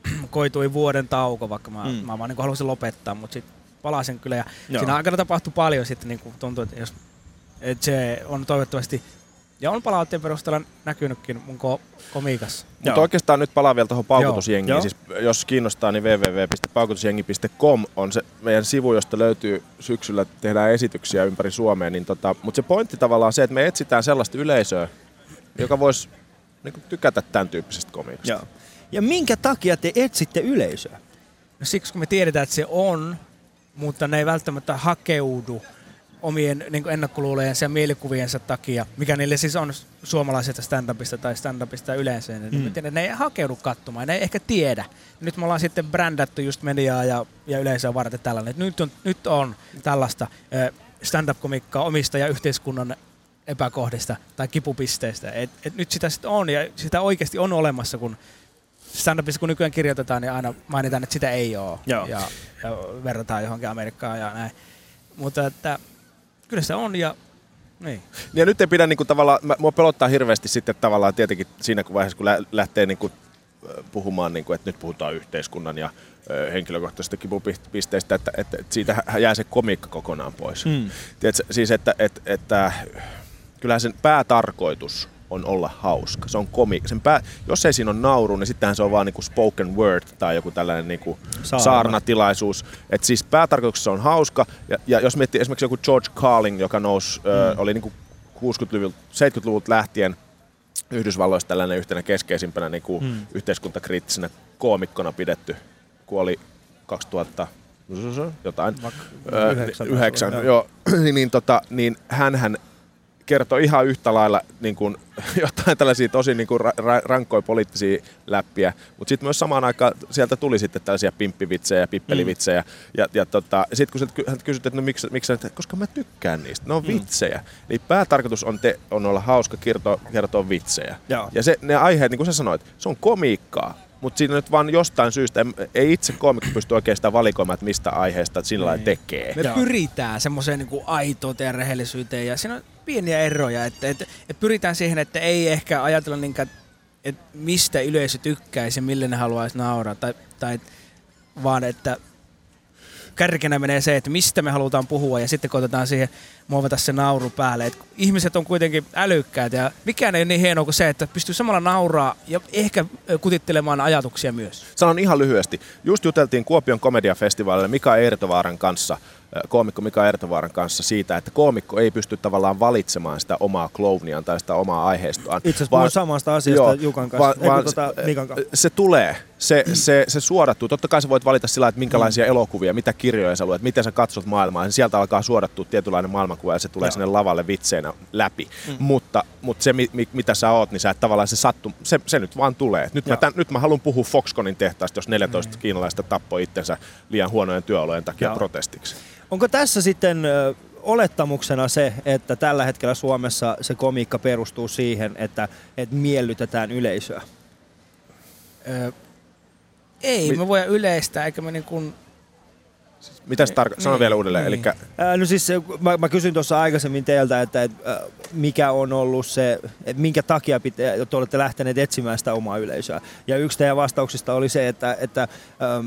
koitui vuoden tauko, vaikka mä, Mm. mä vaan niin halusin lopettaa, mutta sitten palasin kyllä. Ja Joo. siinä aikana tapahtui paljon sitten, niin kuin tuntuu, että, jos, että se on toivottavasti, ja on palautteen perusteella näkynytkin mun ko- komiikassa. Mutta oikeastaan nyt palaan vielä tuohon paukutusjengiin. Joo. Siis, jos kiinnostaa, niin double-u double-u double-u piste paukutusjengi piste com on se meidän sivu, josta löytyy syksyllä, tehdään esityksiä ympäri Suomea. Niin tota, mutta se pointti tavallaan on se, että me etsitään sellaista yleisöä, joka voisi niin kuin tykätä tämän tyyppisestä komiikasta. Joo. Ja minkä takia te etsitte yleisöä? No siksi kun me tiedetään, että se on, mutta ne ei välttämättä hakeudu omien niin kuin ennakkoluulojensa ja mielikuviensa takia, mikä niille siis on suomalaisesta stand-upista tai stand-upista yleensä, niin mm. tiedän, ne ei hakeudu katsomaan, ne ei ehkä tiedä. Nyt me ollaan sitten brändätty just mediaa ja, ja yleisöä varten tällainen, että nyt on, nyt on tällaista stand-up-komikkaa omista ja yhteiskunnan epäkohdista tai kipupisteistä. Et, et nyt sitä sitten on ja sitä oikeasti on olemassa, kun stand-upissa kun nykyään kirjoitetaan, niin aina mainitaan, että sitä ei ole ja, ja verrataan johonkin Amerikkaan ja näin. Mutta että kyllä se on ja niin. Ja nyt ei pidä niinku tavallaan, mä, mua pelottaa hirveästi sitten tavallaan tietenkin siinä vaiheessa, kun lä- lähtee niinku puhumaan, niinku, että nyt puhutaan yhteiskunnan ja ö, henkilökohtaisista kipupisteistä, että, että, että siitä jää se komiikka kokonaan pois. Mm. Tiedätkö, siis että, että, että kyllähän sen päätarkoitus on olla hauska. Se on komi- sen pää- jos ei siinä ole nauru, niin sittenhän se on vaan niinku spoken word tai joku tällainen niinku Saarna. saarnatilaisuus. Et siis päätarkoituksessa on hauska. Ja, ja jos miettii esimerkiksi joku George Carlin, joka nousi, mm. ö, oli niinku kuusikymmentäluvulta, seitsemänkymmentäluvulta lähtien Yhdysvalloissa tällainen yhtenä keskeisimpänä niinku mm. yhteiskuntakriittisenä koomikkona pidetty. Kuoli kaksituhatta jotain. Ö, yhdeksän. yhdeksän joo. niin, tota, niin hänhän kertoi ihan yhtä lailla niin kuin, jotain tällaisia tosi niin kuin ra- ra- rankkoja poliittisia läppiä, mutta sitten myös samaan aikaan sieltä tuli sitten tällaisia pimppivitsejä ja pippelivitsejä. Mm. Ja, ja tota, sitten kun hän kysyt, että no miksi, miksi että koska mä tykkään niistä, ne on mm. vitsejä. Eli päätarkoitus on, te, on olla hauska kertoa, kertoa vitsejä. Joo. Ja se, ne aiheet, niin kuin sä sanoit, se on komiikkaa. Mutta siinä nyt vaan jostain syystä, ei itse koomikko pysty oikein sitä valikoimaan, että mistä aiheesta sillä lailla tekee. Me Joo. pyritään semmoiseen niin kuin aitouteen ja rehellisyyteen ja siinä on pieniä eroja, että, että, että pyritään siihen, että ei ehkä ajatella niinkään, että mistä yleisö tykkäisi ja mille ne haluaisi nauraa, tai, tai vaan että kärkenä menee se, että mistä me halutaan puhua ja sitten koitetaan siihen muovata se nauru päälle. Et ihmiset on kuitenkin älykkäitä ja mikään ei ole niin hienoa kuin se, että pystyy samalla nauraa ja ehkä kutittelemaan ajatuksia myös. Sanon ihan lyhyesti. Just juteltiin Kuopion komediafestivaalille Mika Eertovaaran kanssa, koomikko Mika Eertovaaran kanssa siitä, että koomikko ei pysty tavallaan valitsemaan sitä omaa klovniaan tai sitä omaa aiheistoaan. Itse asiassa puhun samasta asiasta joo, Jukan kanssa, vaan, vaan tuota, Mikan kanssa. Se tulee, se, se, se suodattuu. Totta kai sä voit valita sillä, että minkälaisia mm. elokuvia, mitä kirjoja sä luet, miten sä katsot maailmaa. Sieltä alkaa suodattua tietynlainen maailmankuva ja se tulee joo. sinne lavalle vitseinä läpi. Mm. Mutta, mutta se, mi, mitä sä oot, niin sä et tavallaan se sattu, se, se nyt vaan tulee. Nyt mä, tämän, nyt mä haluan puhua Foxconnin tehtaasta, jos neljätoista mm. kiinalaista tappoi itsensä liian huonojen työolojen takia joo. protestiksi. Onko tässä sitten ö, olettamuksena se, että tällä hetkellä Suomessa se komiikka perustuu siihen, että, että miellytetään yleisöä? Öö, ei, Mi- me voidaan yleistää, eikä me niin kuin... Mitä se tarkoittaa? Sano vielä uudelleen. Niin. Elikkä... Ää, no siis mä, mä kysyin tuossa aikaisemmin teiltä, että et, äh, mikä on ollut se, että minkä takia pitää, te olette lähteneet etsimään sitä omaa yleisöä. Ja yksi teidän vastauksista oli se, että, että ähm,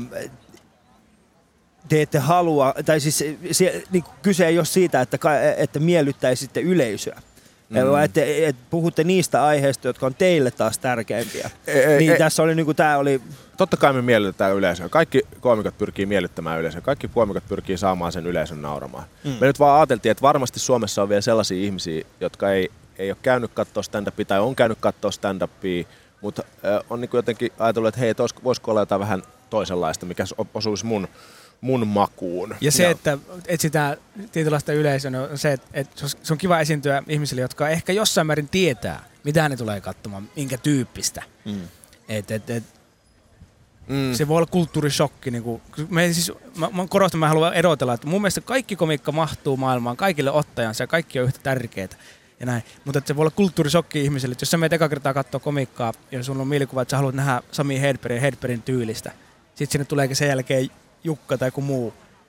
te ette halua, tai siis se, niin kyse ei ole siitä, että, että miellyttäisitte yleisöä. Mm. Että et, puhutte niistä aiheista, jotka on teille taas tärkeimpiä. E, niin e, tässä oli niinku tää oli... Totta kai me miellytetään yleisöä. Kaikki koomikot pyrkii miellyttämään yleisöä. Kaikki koomikot pyrkii saamaan sen yleisön nauramaan. Mm. Me nyt vaan ajateltiin, että varmasti Suomessa on vielä sellaisia ihmisiä, jotka ei, ei ole käynyt katsoa stand-upia tai on käynyt katsoa stand-upia, mutta äh, on niinku jotenkin ajatellut, että hei, et voisiko olla jotain vähän toisenlaista, mikä osuisi mun mun makuun. Ja se, ja. että etsitään tietynlaista yleisöä, on se, että, että se on kiva esiintyä ihmisille, jotka ehkä jossain määrin tietää, mitä ne tulee katsomaan, minkä tyyppistä. Mm. Et, et, et, mm. Se voi olla kulttuurishokki. Niin kuin, me siis, mä, mä korostan, mä haluan erotella, että mun mielestä kaikki komiikka mahtuu maailmaan, kaikille ottajansa ja kaikki on yhtä tärkeitä. Ja näin. Mutta se voi olla kulttuurishokki ihmisille, että jos sä menet eka kertaa katsoa komiikkaa ja sulla on mielikuva, että sä haluat nähdä Sami Hedbergin ja Hedbergin tyylistä, sitten sinne tuleekin sen jälkeen Jukka tai joku muu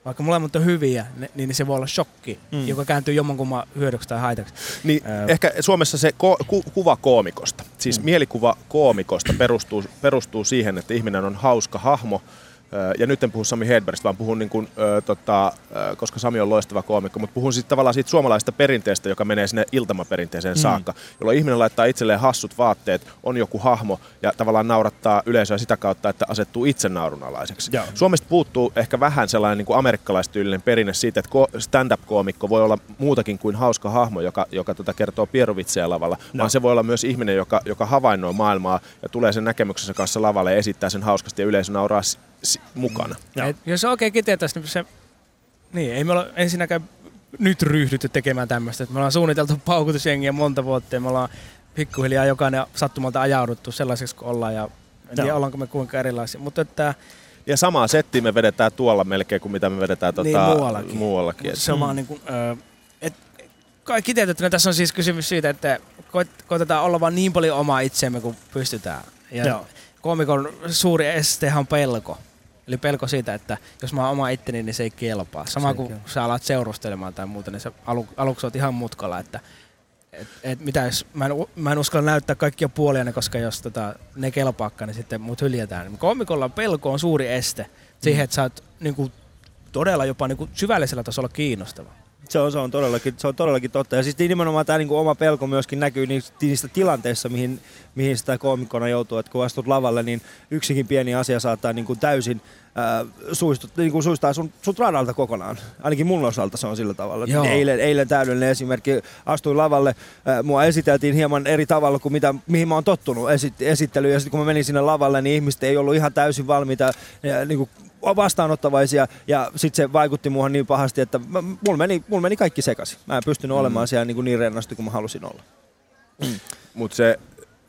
vaikka molemmat on hyviä, niin se voi olla shokki, mm. joka kääntyy jommankumman hyödyksi tai haitaksi. Niin, äh. Ehkä Suomessa se ko- ku- kuva koomikosta, siis mm. mielikuva koomikosta perustuu, perustuu siihen, että ihminen on hauska hahmo. Ja nyt en puhu Sami Hedbergistä, vaan puhun, niin kuin, ö, tota, ö, koska Sami on loistava koomikko, mutta puhun sitten tavallaan siitä suomalaisesta perinteestä, joka menee sinne iltamaperinteeseen mm. saakka, jolloin ihminen laittaa itselleen hassut vaatteet, on joku hahmo ja tavallaan naurattaa yleisöä sitä kautta, että asettuu itse naurunalaiseksi. Joo. Suomesta puuttuu ehkä vähän sellainen niin kuin amerikkalaistyylinen perinne siitä, että stand-up-koomikko voi olla muutakin kuin hauska hahmo, joka, joka tota kertoo pieruvitsejä lavalla, no. vaan se voi olla myös ihminen, joka, joka havainnoi maailmaa ja tulee sen näkemyksensä kanssa lavalle ja esittää sen hauskasti ja yleisö nauraa mukana. Et, jos oikein kiteytäisi, niin se, niin ei me olla ensinnäkään nyt ryhdytty tekemään tämmöistä. Me ollaan suunniteltu paukutusjengiä monta vuotta ja me ollaan pikkuhiljaa jokainen sattumalta ajauduttu sellaiseksi kuin ollaan ja en tiedä ollaanko me kuinka erilaisia. Mutta että, ja samaa settiä me vedetään tuolla melkein kuin mitä me vedetään tota, niin, muuallakin. muuallakin. Se on vaan niin kuin, et, kiteytettynä tässä on siis kysymys siitä, että koitetaan olla vaan niin paljon omaa itseämme kuin pystytään. Ja Joo. koomikon suuri estehän on pelko. Eli pelko siitä, että jos mä oon oma itteni, niin se ei kelpaa. Sama kuin sä alat seurustelemaan tai muuta, niin sä alu, aluksi oot ihan mutkalla, että et, et mitä jos, mä, en, mä en uskalla näyttää kaikkia puoliani, koska jos tota, ne kelpaakkaan, niin sitten mut hyljätään. Niin koomikolla pelko on suuri este siihen, että sä oot niinku, todella jopa niinku, syvällisellä tasolla kiinnostava. Se on, se, on todellakin, se on todellakin totta. Ja siis nimenomaan tämä niinku oma pelko myöskin näkyy niistä tilanteissa, mihin, mihin sitä koomikona joutuu. Että kun astut lavalle, niin yksikin pieni asia saattaa niinku täysin äh, suistut, niinku suistaa sun, sut radalta kokonaan. Ainakin mun osalta se on sillä tavalla. Eilen, eilen täydellinen esimerkki. Astuin lavalle, äh, mua esiteltiin hieman eri tavalla kuin mitä, mihin mä oon tottunut esit- esittelyyn. Ja sitten kun mä menin sinne lavalle, niin ihmiset ei ollut ihan täysin valmiita ja, niinku, vastaanottavaisia ja sitten se vaikutti muuhun niin pahasti, että mulla meni, mulla meni kaikki sekaisin. Mä en pystynyt mm. olemaan siellä niin, niin rennasti kuin mä halusin olla. Mm. Mutta se,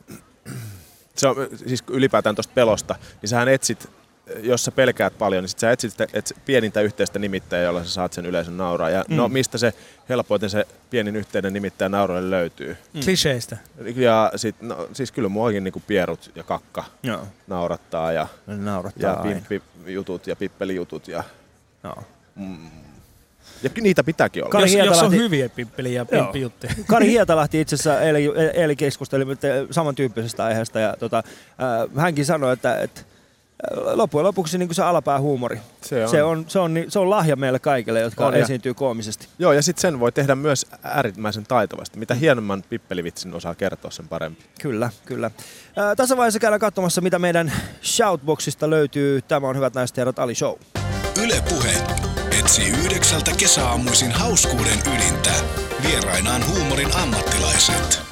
se on, siis ylipäätään tuosta pelosta, niin sähän etsit, jos sä pelkäät paljon, niin sit sä etsit et pienintä yhteistä nimittäjää, jolla sä saat sen yleisön nauraa. Ja mm. no mistä se helpoiten se pienin yhteinen nimittäjä nauroille löytyy? Mm. Kliseistä. Ja sit, no, siis kyllä muakin niinku pierut ja kakka Joo. naurattaa ja, naurattaa ja pimppijutut ja pippelijutut. Ja, no. mm, ja niitä pitääkin olla. Jos, jos on hyviä pippeli- ja pimppijuttuja. Kari Hietalahti itse asiassa eilen, eilen keskusteli samantyyppisestä aiheesta ja tota, äh, hänkin sanoi, että et, loppujen lopuksi niin kuin se alapäähuumori. Se on. Se, on, se, on, se on lahja meille kaikille, jotka on, esiintyy koomisesti. Joo, ja sitten sen voi tehdä myös äärimmäisen taitavasti. Mitä hienomman pippelivitsin osaa kertoa, sen parempi. Kyllä, kyllä. Ää, tässä vaiheessa käydään katsomassa, mitä meidän Shoutboxista löytyy. Tämä on Hyvät naiset ja herrat Ali Show. Yle Puhe etsii yhdeksältä kesäaamuisin hauskuuden ydintä. Vierainaan huumorin ammattilaiset.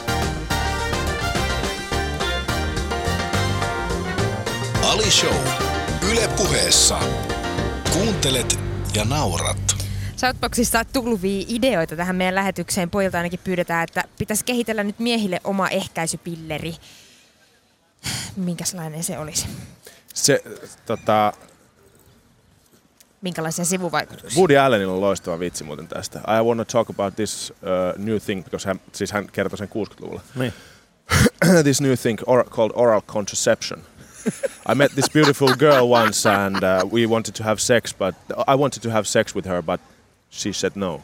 Ali Show. Yle Puheessa. Kuuntelet ja naurat. Shoutboxissa on tulvia ideoita tähän meidän lähetykseen. Pojilta ainakin pyydetään, että pitäisi kehitellä nyt miehille oma ehkäisypilleri. Minkälainen se olisi? Se, tota... Minkälaisia sivuvaikutuksia? Woody Allenilla on loistava vitsi muuten tästä. I want to talk about this uh, new thing, koska hän, siis hän kertoi sen kuusikymmentäluvulla. Niin. This new thing or, called oral contraception. I met this beautiful girl once and uh, we wanted to have sex, but I wanted to have sex with her, but she said no.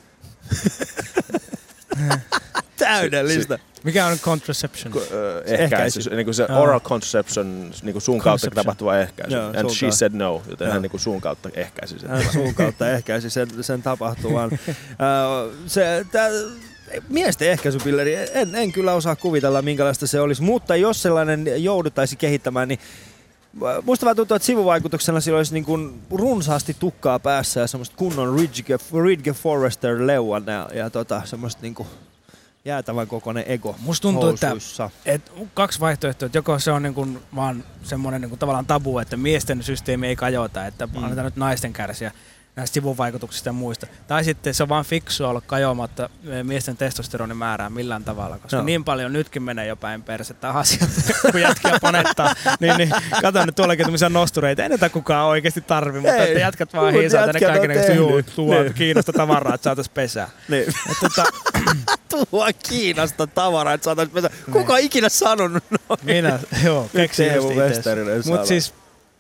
Täydellistä. Mikä on contraception? Ko- äh, ehkäisy. Niin kuin se oh. oral contraception, niin kuin suun kautta tapahtuva ehkäisy. Joo, and she said no, joten hän niin kuin suun kautta ehkäisi sen. Hän suun kautta ehkäisi sen, sen tapahtuvan. uh, se, tää, miesten ehkäisypilleri, en, en kyllä osaa kuvitella minkälaista se olisi, mutta jos sellainen jouduttaisi kehittämään, niin musta vähän tuntuu, että sivuvaikutuksena sillä olisi niin kuin runsaasti tukkaa päässä ja semmoista kunnon Ridge, Ridge Forrester leuan ja, ja tota, semmoista niin kuin jäätävän kokoinen ego. Musta tuntuu, että, että kaksi vaihtoehtoa, että joko se on niin kuin vaan semmoinen niin kuin tavallaan tabu, että miesten systeemi ei kajota, että mm. annetaan nyt naisten kärsiä näistä sivuvaikutuksista ja muista. Tai sitten se on vaan fiksua olla kajoamatta miesten testosteronin määrää millään tavalla, koska no. niin paljon nytkin menee jo päin persettä asiat, kun jätkiä panettaa. niin, niin, kato nyt tuollakin tämmöisiä nostureita. Ei näitä kukaan oikeasti tarvi, mutta että jätkät vaan hiisaa tänne kaikenlaista juu, tuo niin. Kiinasta tavaraa, että saataisiin pesää. Niin. Tota, tuo Kiinasta tavaraa, että saataisiin pesää. Kuka on ikinä sanonut noin? Minä, joo, keksin just itse. Mutta siis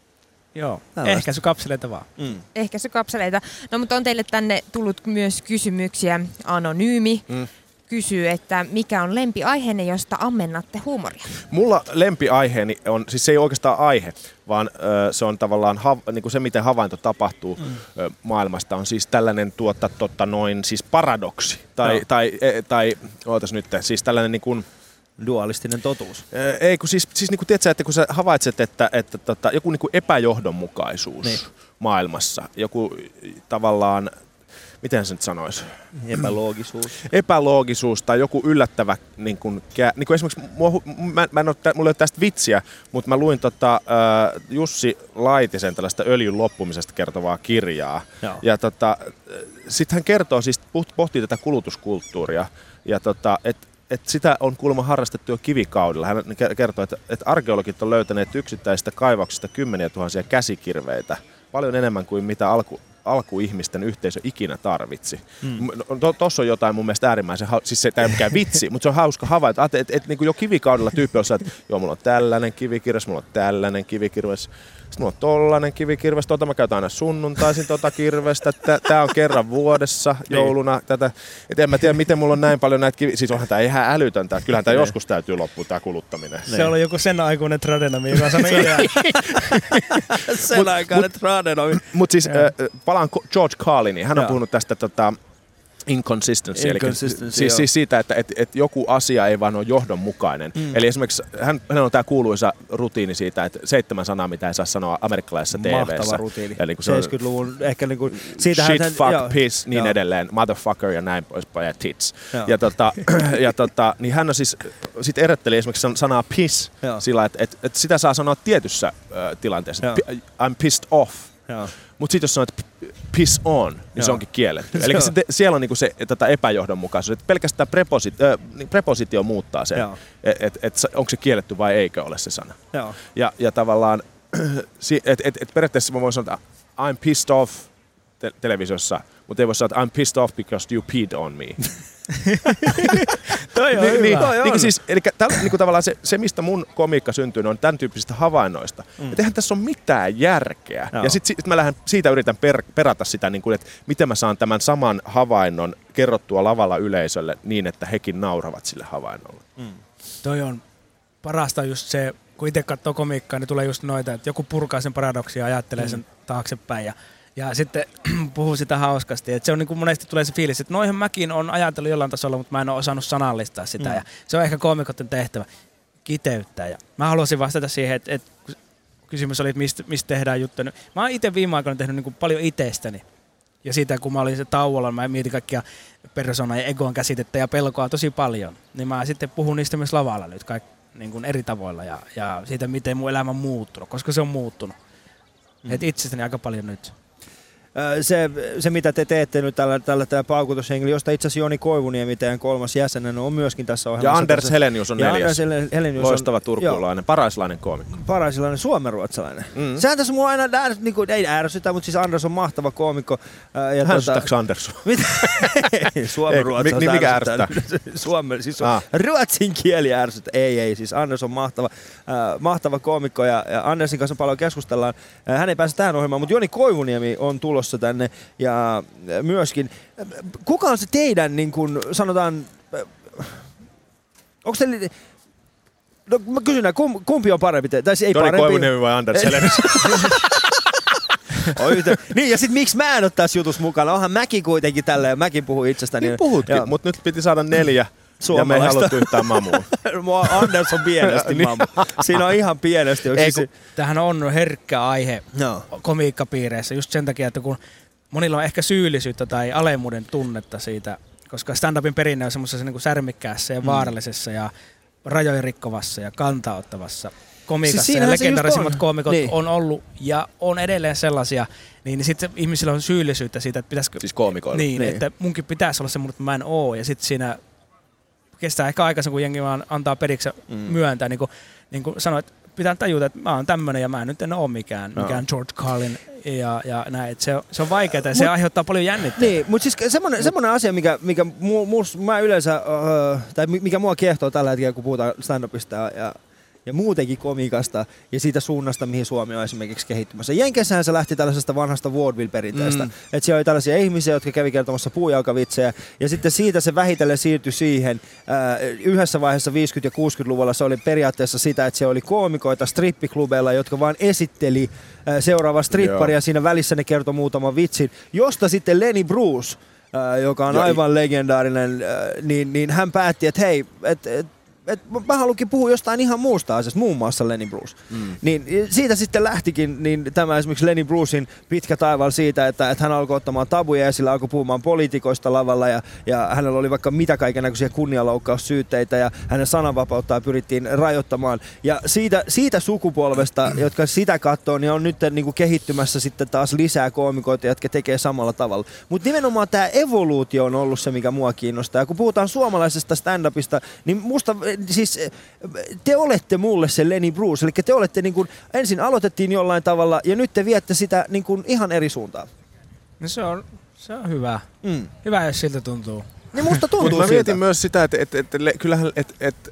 Joo, Tällaista. ehkäisykapseleita vaan. Mm. Ehkäisykapseleita. No mutta on teille tänne tullut myös kysymyksiä. Anonyymi Mm. kysyy, että mikä on lempiaiheenne, josta ammennatte huumoria? Mulla lempiaiheeni on, siis se ei oikeastaan aihe, vaan ö, se on tavallaan hav, niin kuin se, miten havainto tapahtuu mm. ö, maailmasta, on siis tällainen tuota, tota, noin, siis paradoksi. Tai, no. tai, e, tai ootas nyt, siis tällainen niin kuin, Dualistinen totuus. ö, ei kun siis, siis niin kuin tiedätkö, että kun sä havaitset, että, että tota, joku niin kuin epäjohdonmukaisuus niin. maailmassa, joku tavallaan, miten se nyt sanoisi? Epäloogisuus. Epäloogisuus tai joku yllättävä, niin kuin, niin kuin esimerkiksi, mua, mä, mä en ole, mulla ei ole tästä vitsiä, mutta mä luin tota, äh, Jussi Laitisen tällaista öljyn loppumisesta kertovaa kirjaa. Joo. Ja tota, sitten hän kertoo, siis pohtii tätä kulutuskulttuuria, ja tota, että et sitä on kuulemma harrastettu jo kivikaudella. Hän kertoo, että et arkeologit on löytäneet yksittäisistä kaivoksista kymmeniä tuhansia käsikirveitä, paljon enemmän kuin mitä alku alkuihmisten yhteisö ikinä tarvitsi. Mm. Tuossa on jotain mun mielestä äärimmäisen, siis se ei ole mikään vitsi, mutta se on hauska havaita, että et, et, niin jo kivikaudella tyyppi on että joo, mulla on tällainen kivikirves, mulla on tällainen kivikirves, sitten mulla on tollainen kivikirves, tota mä käytän aina sunnuntaisin tota kirvestä, tää on kerran vuodessa jouluna tätä, et en mä tiedä miten mulla on näin paljon näitä kivi, siis onhan tää ihan älytöntä, kyllähän tää joskus täytyy loppua tää kuluttaminen. Se oli joku sen aikuinen tradenomi, joka sanoi ideaa. Sen aikainen tradenomi. Mutta siis äh, palaan George Carliniin, hän on puhunut tästä tota, inconsistency, Inconsistency, eli siis, siis siitä, että et, et joku asia ei vaan ole johdonmukainen. Mm. Eli esimerkiksi hän, hän on tämä kuuluisa rutiini siitä, että seitsemän sanaa, mitä ei saa sanoa amerikkalaisessa T V:ssä. Mahtava rutiini. Eli kun seitsemänkymmentäluvun ehkä niinku shit, hän, fuck, joo, piss, niin joo. edelleen, motherfucker ja näin poispäin ja tits. Joo. Ja, tota, ja tota, niin hän on siis, sit erotteli esimerkiksi sanaa piss Joo. sillä, että et, et sitä saa sanoa tietyssä äh, tilanteessa. I'm pissed off. Mutta sitten jos sanot piss on, niin Joo. se onkin kielletty. Eli se, siellä on niinku se tätä epäjohdonmukaisuus, että pelkästään preposit, äh, prepositio muuttaa sen, että et, et, onko se kielletty vai eikö ole se sana. Joo. Ja, ja tavallaan, että et, et periaatteessa mä voin sanoa, että I'm pissed off te- televisiossa, mutta ei voi sanoa, että I'm pissed off because you peed on me. Toi on niin, hyvä. niin, Toi on. niin, siis, eli täl, niin tavallaan se, se, mistä mun komiikka syntyy, on tämän tyyppisistä havainnoista. Mm. Että eihän tässä ole mitään järkeä. Joo. Ja sitten sit mä lähden, siitä yritän per, perata sitä, niin kuin, että miten mä saan tämän saman havainnon kerrottua lavalla yleisölle niin, että hekin nauravat sille havainnolle. Mm. Toi on parasta just se, kun itse katsoo komiikkaa, niin tulee just noita, että joku purkaa sen paradoksia ja ajattelee mm. sen taaksepäin. Ja Ja sitten puhuu sitä hauskasti. Et se on niin kuin monesti tulee se fiilis, että noihän mäkin on ajatellut jollain tasolla, mutta mä en ole osannut sanallistaa sitä. Mm. Ja se on ehkä koomikoiden tehtävä kiteyttää. Ja mä haluaisin vastata siihen, että, että kysymys oli, että mistä, mistä tehdään juttuja. Mä oon itse viime aikoina tehnyt niin kuin paljon itsestäni. Ja siitä, kun mä olin se tauolla, mä mietin kaikkia persoonan ja egon käsitettä ja pelkoa tosi paljon. Niin mä sitten puhun niistä myös lavalla nyt kaik, niin kuin eri tavoilla ja, ja siitä, miten mun elämä on muuttunut, koska se on muuttunut. Mm. Et itsestäni aika paljon nyt. Se, se, mitä te teette nyt tällä, tällä, tällä paukutushengillä, josta itse asiassa Joni Koivuniemi, teidän kolmas jäsenen, on myöskin tässä ohjelmassa. Ja Anders tässä. Helenius on ja neljäs. Anders Helenius Loistava on, turkulainen, paraislainen koomikko. Paraislainen suomenruotsalainen. Mm. Sehän tässä mua aina äärs, niin kuin, ei ärsytä, mutta siis Anders on mahtava koomikko. Ja Ärsyttääkö tota, Anders? Mitä? Suomenruotsalaiset niin mikä ärsyttää? Suomen, siis ah. ruotsin kieli ärsyttää. Ei, ei, siis Anders on mahtava, äh, mahtava koomikko ja, ja Andersin kanssa paljon keskustellaan. Äh, hän ei pääse tähän ohjelmaan, mutta Joni Koivuniemi on tulossa tänne. Ja myöskin, kuka on se teidän, niin kuin sanotaan, onko teillä, no mä kysyn, kumpi on parempi, tai ei Joni parempi. Koivuniemi vai Anders Helenius? Niin ja sit miksi mä en ole tässä jutussa mukana, onhan mäkin kuitenkin tälleen, mäkin puhun itsestäni. Niin puhutkin, mutta nyt piti saada neljä. Ja me ei haluttu yhtään mamua. Mua Anders on pienesti mamu. Siinä on ihan pienesti. Ei, kun, tämähän on herkkä aihe no. komiikkapiireissä just sen takia, että kun monilla on ehkä syyllisyyttä tai alemmuuden tunnetta siitä, koska stand-upin perinne on semmoisessa niin kuin särmikkäässä ja vaarallisessa ja rajojen rikkovassa ja kantaottavassa komiikassa. Siis ja legendaarisimmat koomikot niin. on ollut ja on edelleen sellaisia, niin sitten ihmisillä on syyllisyyttä siitä, että pitäisikö... Siis koomikoilla. Niin, niin, että munkin pitäisi olla semmoinen, että mä en oo. Ja sitten siinä kestää ehkä aikaisemmin, kun jengi vaan antaa periksi mm. myöntää, niin kuin, niin kuin sanoit, että pitää tajuta, että mä oon tämmönen ja mä en nyt en oo mikään, no. mikään George Carlin ja, ja näin. Se on, se on vaikeaa ja se mut, aiheuttaa paljon jännitteitä. Niin, mutta siis semmoinen, semmoinen asia, mikä, mikä mu, mu, mä yleensä, uh, tai mikä mua kiehtoo tällä hetkellä, kun puhutaan stand-upista ja, ja muutenkin komiikasta ja siitä suunnasta, mihin Suomi on esimerkiksi kehittymässä. Jenkeissähän se lähti tällaisesta vanhasta vaudeville-perinteestä. Mm. Että siellä oli tällaisia ihmisiä, jotka kävi kertomassa puujalkavitsejä ja sitten siitä se vähitellen siirtyi siihen. Ää, yhdessä vaiheessa viisikymmentä- ja kuusikymmentäluvulla se oli periaatteessa sitä, että se oli koomikoita strippiklubeilla, jotka vaan esitteli ää, seuraava stripparia ja siinä välissä ne kertoi muutaman vitsin, josta sitten Lenny Bruce, ää, joka on aivan ja, legendaarinen, ää, niin, niin hän päätti, että hei, että et, et mä haluankin puhua jostain ihan muusta asiasta, muun muassa Lenny Bruce. Mm. Niin siitä sitten lähtikin niin tämä esimerkiksi Lenny Brucein pitkä taival siitä, että, että hän alkoi ottamaan tabuja ja sillä alkoi puhumaan poliitikoista lavalla ja, ja hänellä oli vaikka mitä kaikennäköisiä kunnianloukkaussyytteitä ja hänen sananvapauttaan pyrittiin rajoittamaan. Ja siitä, siitä sukupolvesta, jotka sitä katsoo, niin on nyt niin kuin kehittymässä sitten taas lisää koomikoita, jotka tekee samalla tavalla. Mutta nimenomaan tämä evoluutio on ollut se, mikä mua kiinnostaa. Ja kun puhutaan suomalaisesta stand-upista, niin musta siis te olette mulle se Lenny Bruce, eli te olette niin kuin, ensin aloitettiin jollain tavalla ja nyt te viette sitä niin kuin ihan eri suuntaan. No se on, se on hyvä. Mm. Hyvä, jos siltä tuntuu. Niin musta tuntuu siltä. Mä mietin myös sitä, että et, et, et, kyllähän, et, et,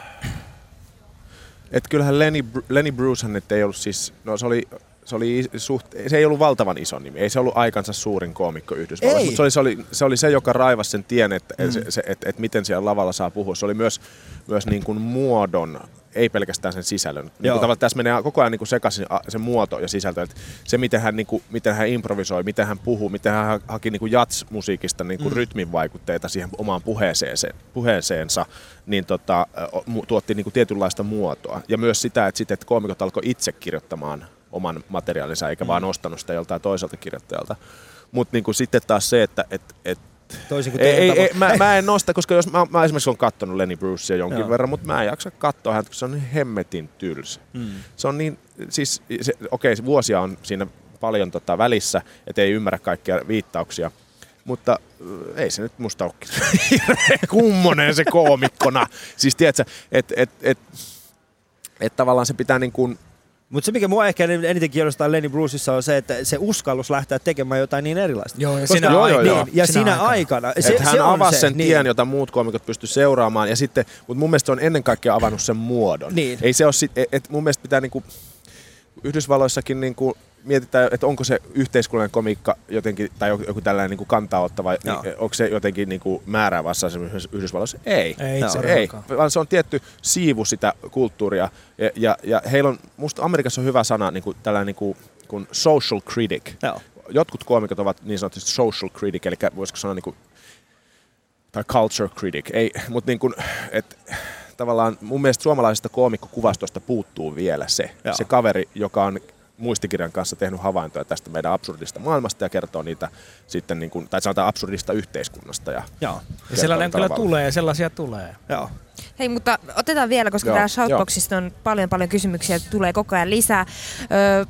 et, kyllähän Lenny, Lenny Brucehan nyt ei ollut siis, no se oli, se oli suht, se ei ollut valtavan iso nimi, ei se ollut aikansa suurin koomikko Yhdysvalloissa, mutta se oli, se, oli, se oli se, joka raivasi sen tien, että mm. et, et, et miten siellä lavalla saa puhua. Se oli myös, myös niin kuin muodon, ei pelkästään sen sisällön. Niin kuin tässä menee koko ajan niin kuin sekaisin se muoto ja sisältö. Että se, miten hän, niin kuin, miten hän improvisoi, miten hän puhuu, miten hän haki niin kuin jats-musiikista niin kuin mm. rytmin vaikutteita siihen omaan puheeseensa, puheeseensa niin tota, tuotti niin kuin tietynlaista muotoa. Ja myös sitä, että, sit, että koomikot alkoi itse kirjoittamaan oman materiaalinsa, eikä mm. vaan ostanut sitä joltain toiselta kirjoittajalta. Mutta niin sitten taas se, että et, et, ei, ei, ei, mä, mä en nosta, koska jos mä, mä esimerkiksi olen katsonut Lenny Brucea jonkin Joo. verran, mutta mä en jaksa katsoa häntä, koska se on niin hemmetin tylsä. Mm. Se on niin, siis okei, okay, vuosia on siinä paljon tota välissä, et ei ymmärrä kaikkia viittauksia, mutta ei se nyt musta ole kummonen se koomikkona. Siis tiedätkö, että et, et, et tavallaan se pitää niin kuin. Mutta se, mikä mua ehkä eniten kiinnostaa Lenny Bruceissa on se, että se uskallus lähteä tekemään jotain niin erilaista. Joo, ja Koska, sinä, joo, joo, niin, joo. ja sinä sinä aikana. aikana. Se, hän avasi se, sen niin. tien, jota muut koomikot pysty seuraamaan, ja sitten, mutta mun mielestä se on ennen kaikkea avannut sen muodon. Niin. Ei se ole sit, et, et mun mielestä pitää niinku, Yhdysvalloissakin niinku, mietitään, että onko se yhteiskunnallinen komiikka jotenkin, tai joku, joku tällainen niinku kantaa ottava, niin, onko se jotenkin niinku määräävässä esimerkiksi Yhdysvalloissa? Ei. Ei, no, se, ei. Vaan se on tietty siivu sitä kulttuuria, ja, ja, ja heillä on, musta Amerikassa on hyvä sana, niinku, tällainen niinku, kuin social critic. Joo. Jotkut koomikot ovat niin sanotusti social critic, eli voisiko sanoa niinku, tai culture critic, ei, mutta niin kuin, että tavallaan mun mielestä suomalaisesta koomikkokuvastosta puuttuu vielä se, Joo. se kaveri, joka on muistikirjan kanssa tehnyt havaintoja tästä meidän absurdista maailmasta ja kertoo niitä sitten, niin kuin, tai sanotaan absurdista yhteiskunnasta. Ja, Joo. ja sellainen kyllä tulee, sellaisia tulee. Joo. Hei, mutta otetaan vielä, koska täällä Shoutboxista on paljon paljon kysymyksiä, tulee koko ajan lisää. Öö,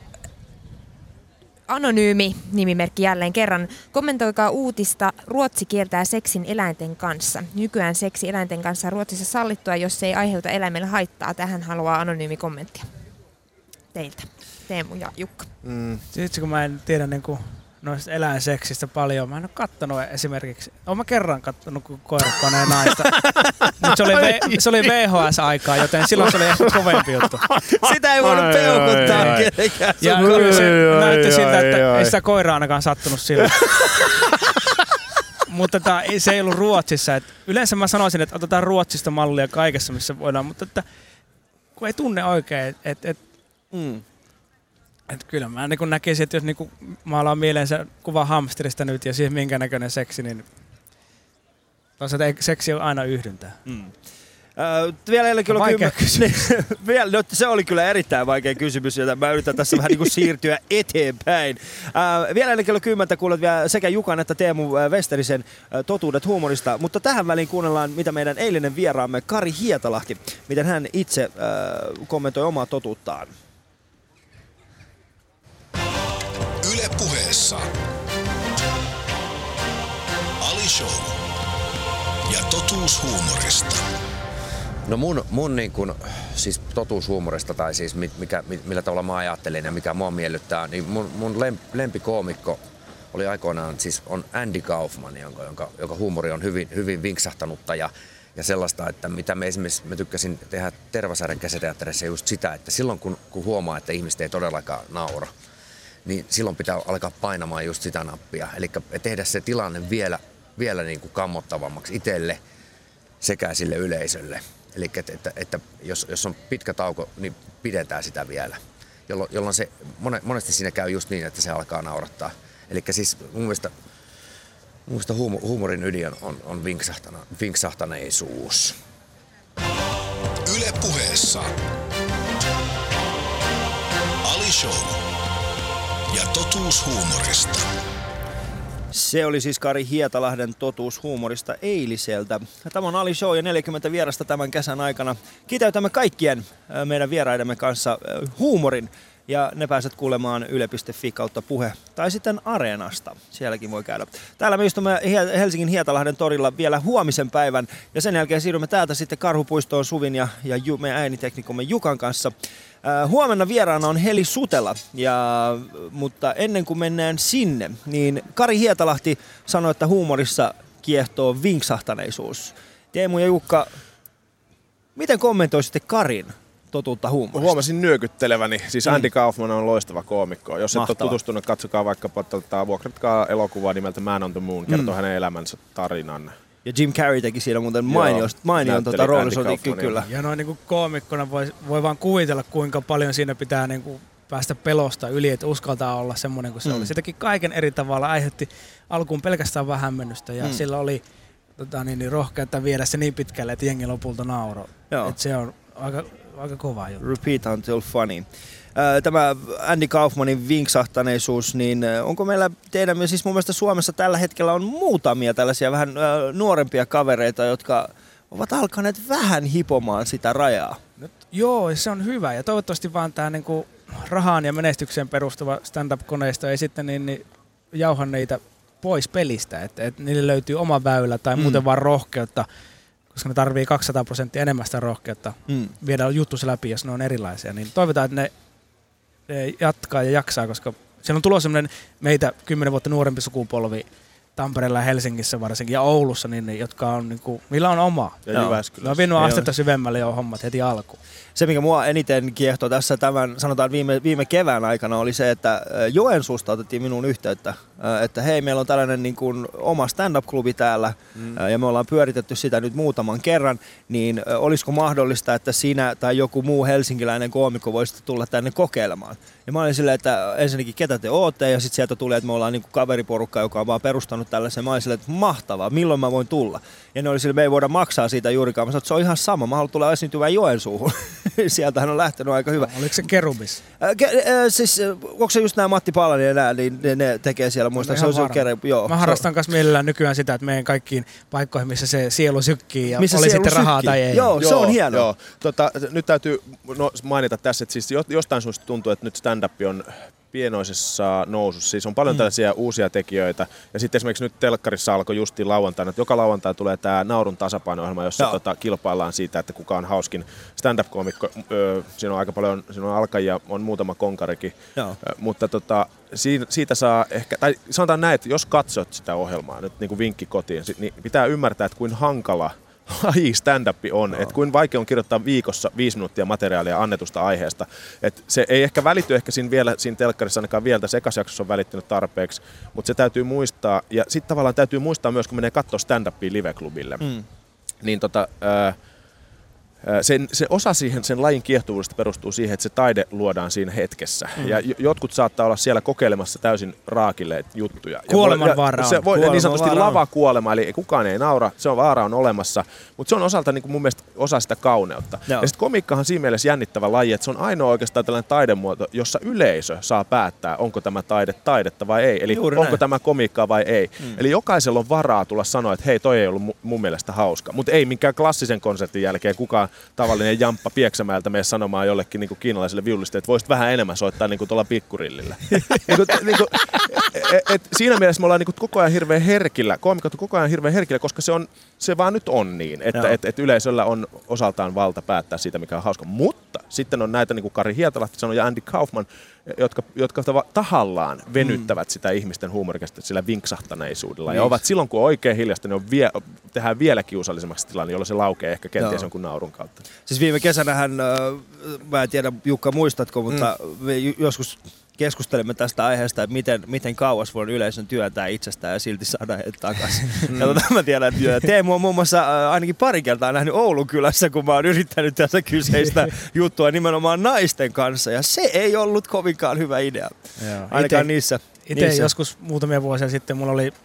Anonyymi nimimerkki jälleen kerran. Kommentoikaa uutista Ruotsi kieltää seksin eläinten kanssa. Nykyään seksi eläinten kanssa on Ruotsissa sallittua, jos se ei aiheuta eläimelle haittaa. Tähän haluaa anonyymi kommenttia teiltä. Teemu ja Jukka. Mm. Sitten kun mä en tiedä niin kuin noista eläinseksistä paljon, mä en ole kattonut esimerkiksi, oon mä kerran kattonut kun koira panee naista, mutta se oli, v, se oli V H S-aikaa, joten silloin se oli ehkä kovempi juttu. Sitä ei voinut peukuttaa kenenkään. Ja se näytti siltä, että ei sitä koiraa ainakaan sattunut silloin. Mutta tää, se ei ollut Ruotsissa. Et yleensä mä sanoisin, että otetaan Ruotsista mallia kaikessa, missä voidaan, mutta että, kun ei tunne oikein, että et, mm. Et kyllä mä niin näkisin, että jos niin maalaan mieleensä kuva hamsterista nyt ja siihen minkä näköinen seksi, niin toisaalta seksi on aina yhdyntää. Mm. Äh, vielä ei kyllä vaikea kymmen... kysymys. vielä, no, se oli kyllä erittäin vaikea kysymys, jota mä yritän tässä vähän niin kuin siirtyä eteenpäin. Äh, vielä ennen kello kymmentä kuulet vielä sekä Jukan että Teemu Westerisen äh, totuudet huumorista, mutta tähän väliin kuunnellaan, mitä meidän eilinen vieraamme Kari Hietalahti, miten hän itse äh, kommentoi omaa totuuttaan. Yle Puheessa Ali Show ja totuus huumorista. No mun, mun niin kun, siis totuus huumorista tai siis mikä, millä tavalla mä ajattelen ja mikä mua miellyttää, niin mun, mun lempikoomikko oli aikoinaan, siis on Andy Kaufman, jonka, jonka, joka huumori on hyvin, hyvin vinksahtanutta ja, Ja sellaista, että mitä me esimerkiksi, mä tykkäsin tehdä Tervasaaren käsiteatterissa just sitä, että silloin kun, kun huomaa, että ihmiset ei todellakaan naura, niin silloin pitää alkaa painamaan just sitä nappia. Eli tehdä se tilanne vielä, vielä niin kuin kammottavammaksi itselle sekä sille yleisölle. Eli että, että, että jos, jos on pitkä tauko, niin pidetään sitä vielä. Jolloin, jolloin se, monesti siinä käy just niin, että se alkaa naurattaa. Eli siis mun mielestä, mun mielestä huumorin ydin on, on vinksahtaneisuus. Yle Puheessa Ali Show ja totuus huumorista. Se oli siis Kari Hietalahden totuus huumorista eiliseltä. Tämä on Ali Show ja neljäkymmentä vierasta tämän kesän aikana. Kiteytämme kaikkien meidän vieraidemme kanssa huumorin. Ja ne pääset kuulemaan yle piste fi kautta puhe. Tai sitten Areenasta. Sielläkin voi käydä. Täällä me istumme Helsingin Hietalahden torilla vielä huomisen päivän. Ja sen jälkeen siirrymme täältä sitten Karhupuistoon Suvin ja, ja Ju, meidän ääniteknikomme Jukan kanssa. Äh, huomenna vieraana on Heli Sutela. Ja, mutta ennen kuin mennään sinne, niin Kari Hietalahti sanoi, että huumorissa kiehtoo vinksahtaneisuus. Teemu ja Jukka, miten kommentoisitte Karin totuutta huumorista? Huomasin nyökytteleväni. Siis Andy Kaufman on loistava koomikko. Jos Mahtava. et ole tutustunut, katsokaa vaikkapa tota, vuokratkaa elokuvaa nimeltä Man on the Moon. Kertoo mm. hänen elämänsä tarinan. Ja Jim Carrey teki siinä muuten mainion, mainion tota, roolisotin kyllä. Ja noin niin koomikkona voi, voi vaan kuvitella, kuinka paljon siinä pitää niin kuin päästä pelosta yli, että uskaltaa olla semmoinen kuin se mm. oli. Se teki kaiken eri tavalla, aiheutti alkuun pelkästään vähän hämmennystä ja mm. sillä oli tota, niin, niin rohkeutta viedä se niin pitkälle, että jengi lopulta nauroi. Että se on aika, aika kova juttu. Repeat until funny. Tämä Andy Kaufmanin vinksahtaneisuus, niin onko meillä teidän, siis mun mielestä Suomessa tällä hetkellä on muutamia tällaisia vähän nuorempia kavereita, jotka ovat alkaneet vähän hipomaan sitä rajaa? No, joo, se on hyvä ja toivottavasti vaan tämä niinku rahaan ja menestykseen perustuva stand-up-koneisto ei sitten niin, niin jauha niitä pois pelistä, että et niille löytyy oma väylä tai mm. muuten vaan rohkeutta, koska ne tarvii kaksisataa prosenttia enemmän sitä rohkeutta mm. viedä juttus läpi, jos ne on erilaisia, niin toivotaan, että ne jatkaa ja jaksaa, koska siellä on tulossa sellainen meitä kymmenen vuotta nuorempi sukupolvi Tampereella ja Helsingissä varsinkin ja Oulussa, niin, jotka on, niin kuin, millä on oma. Ja Jyväskylässä. Ne on vienyt astetta syvemmälle jo hommat heti alkuun. Se, mikä mua eniten kiehtoi tässä tämän, sanotaan viime, viime kevään aikana, oli se, että Joensuusta otettiin minun yhteyttä, että hei, meillä on tällainen niin kuin oma stand-up-klubi täällä, mm. ja me ollaan pyöritetty sitä nyt muutaman kerran, niin olisiko mahdollista, että sinä tai joku muu helsinkiläinen koomikko voisi tulla tänne kokeilemaan. Ja mä olin silleen, että ensinnäkin ketä te ootte, ja sitten sieltä tuli, että me ollaan niin kuin kaveriporukka, joka on vaan perustanut tällaisen. Mä olin silleen, että mahtavaa, milloin mä voin tulla. Ja ne oli silleen, me ei voida maksaa siitä juurikaan. Mä sanoin, että se on ihan sama, mä haluan tulla esiintyvään Joensuuhun. Sieltähän on lähtenyt aika hyvä. Oliko se Kerubis? Äh, ke, äh, siis, onko se just nämä Matti Palanen ja nää, niin ne, ne tekee siellä, muistaakseni se on kere, joo. Mä harrastan kanssa mielellään nykyään sitä, että meidän kaikkiin paikkoihin, missä se sielu sykkii ja missä oli sitten sykkii. rahaa tai ei. Joo, joo se on hienoa. Joo. Tota, nyt täytyy no, mainita tässä, että siis jostain suusta tuntuu, että nyt stand-up on pienoisessa nousussa. Siis on paljon mm. tällaisia uusia tekijöitä. Ja sitten esimerkiksi nyt telkkarissa alkoi justiin lauantaina, että joka lauantai tulee tämä Naurun tasapaino-ohjelma, jossa tota, kilpaillaan siitä, että kuka on hauskin stand-up-koomikko. Öö, siinä on aika paljon, siinä on alkajia, on muutama konkarikin. Öö, mutta tota, siitä, siitä saa ehkä, tai sanotaan näin, että jos katsot sitä ohjelmaa, nyt niin kuin vinkki kotiin, niin pitää ymmärtää, että kuin hankala laji stand-up on, no. Että kuin vaikea on kirjoittaa viikossa viisi minuuttia materiaalia annetusta aiheesta. Et se ei ehkä välity ehkä siinä, vielä, siinä telkkarissa ainakaan vielä, tässä ekassa jaksossa on välittynyt tarpeeksi, mutta se täytyy muistaa, ja sitten tavallaan täytyy muistaa myös, kun menee katsoa stand-upia live-klubille, mm. niin tota, ää, Sen, se osa siihen, sen lajin kiehtovuudesta perustuu siihen, että se taide luodaan siinä hetkessä. Mm. Ja jotkut saattaa olla siellä kokeilemassa täysin raakille juttuja. Kuoleman vaara on. Se voi niin sanotusti lavakuolema, eli kukaan ei naura, se on vaara on olemassa. Mutta se on osalta niin kuin mun mielestä osa sitä kauneutta. Joo. Ja sitten komiikkahan on siinä mielessä jännittävä laji, että se on ainoa oikeastaan tällainen taidemuoto, jossa yleisö saa päättää, onko tämä taide taidetta vai ei. Eli Juuri onko näin. Tämä komiikkaa vai ei. Mm. Eli jokaisella on varaa tulla sanoa, että hei, toi ei ollut mun mielestä hauska. Mutta ei minkään klassisen konsertin jälkeen kukaan tavallinen jamppa Pieksämäeltä mene sanomaan jollekin niinku kiinalaiselle viuliste, että voisit vähän enemmän soittaa niinku tuolla pikkurillillä. niinku, niinku, et, et, siinä mielessä me ollaan niinku koko ajan hirveän herkillä, koomikot on koko ajan hirveän herkillä, koska se on, se vaan nyt on niin, että et, et yleisöllä on osaltaan valta päättää siitä, mikä on hauska. Mutta sitten on näitä, niin kuin Kari Hietalahti sanoi ja Andy Kaufman, jotka, jotka tahallaan venyttävät mm. sitä ihmisten huumorikäsitystä sillä vinksahtaneisuudella. Niin. Ja ovat silloin, kun on oikein hiljasta, niin on vie, tehdään vielä kiusallisemmaksi tilanne, jolloin se laukee ehkä kenties Joo. jonkun naurun kautta. Siis viime kesänähän, äh, mä en tiedä Jukka muistatko, mutta mm. me joskus keskustelimme tästä aiheesta, että miten, miten kauas voi yleisön työntää itsestään ja silti saada heitä takaisin. Mm. Ja tota, mä tiedän, että Teemu on muun muassa ainakin pari kertaa nähnyt Oulun kylässä, kun mä oon yrittänyt tässä kyseistä juttua nimenomaan naisten kanssa. Ja se ei ollut kovinkaan hyvä idea. Joo. Ainakaan ite, niissä. Itse joskus muutamia vuosia sitten mulla oli,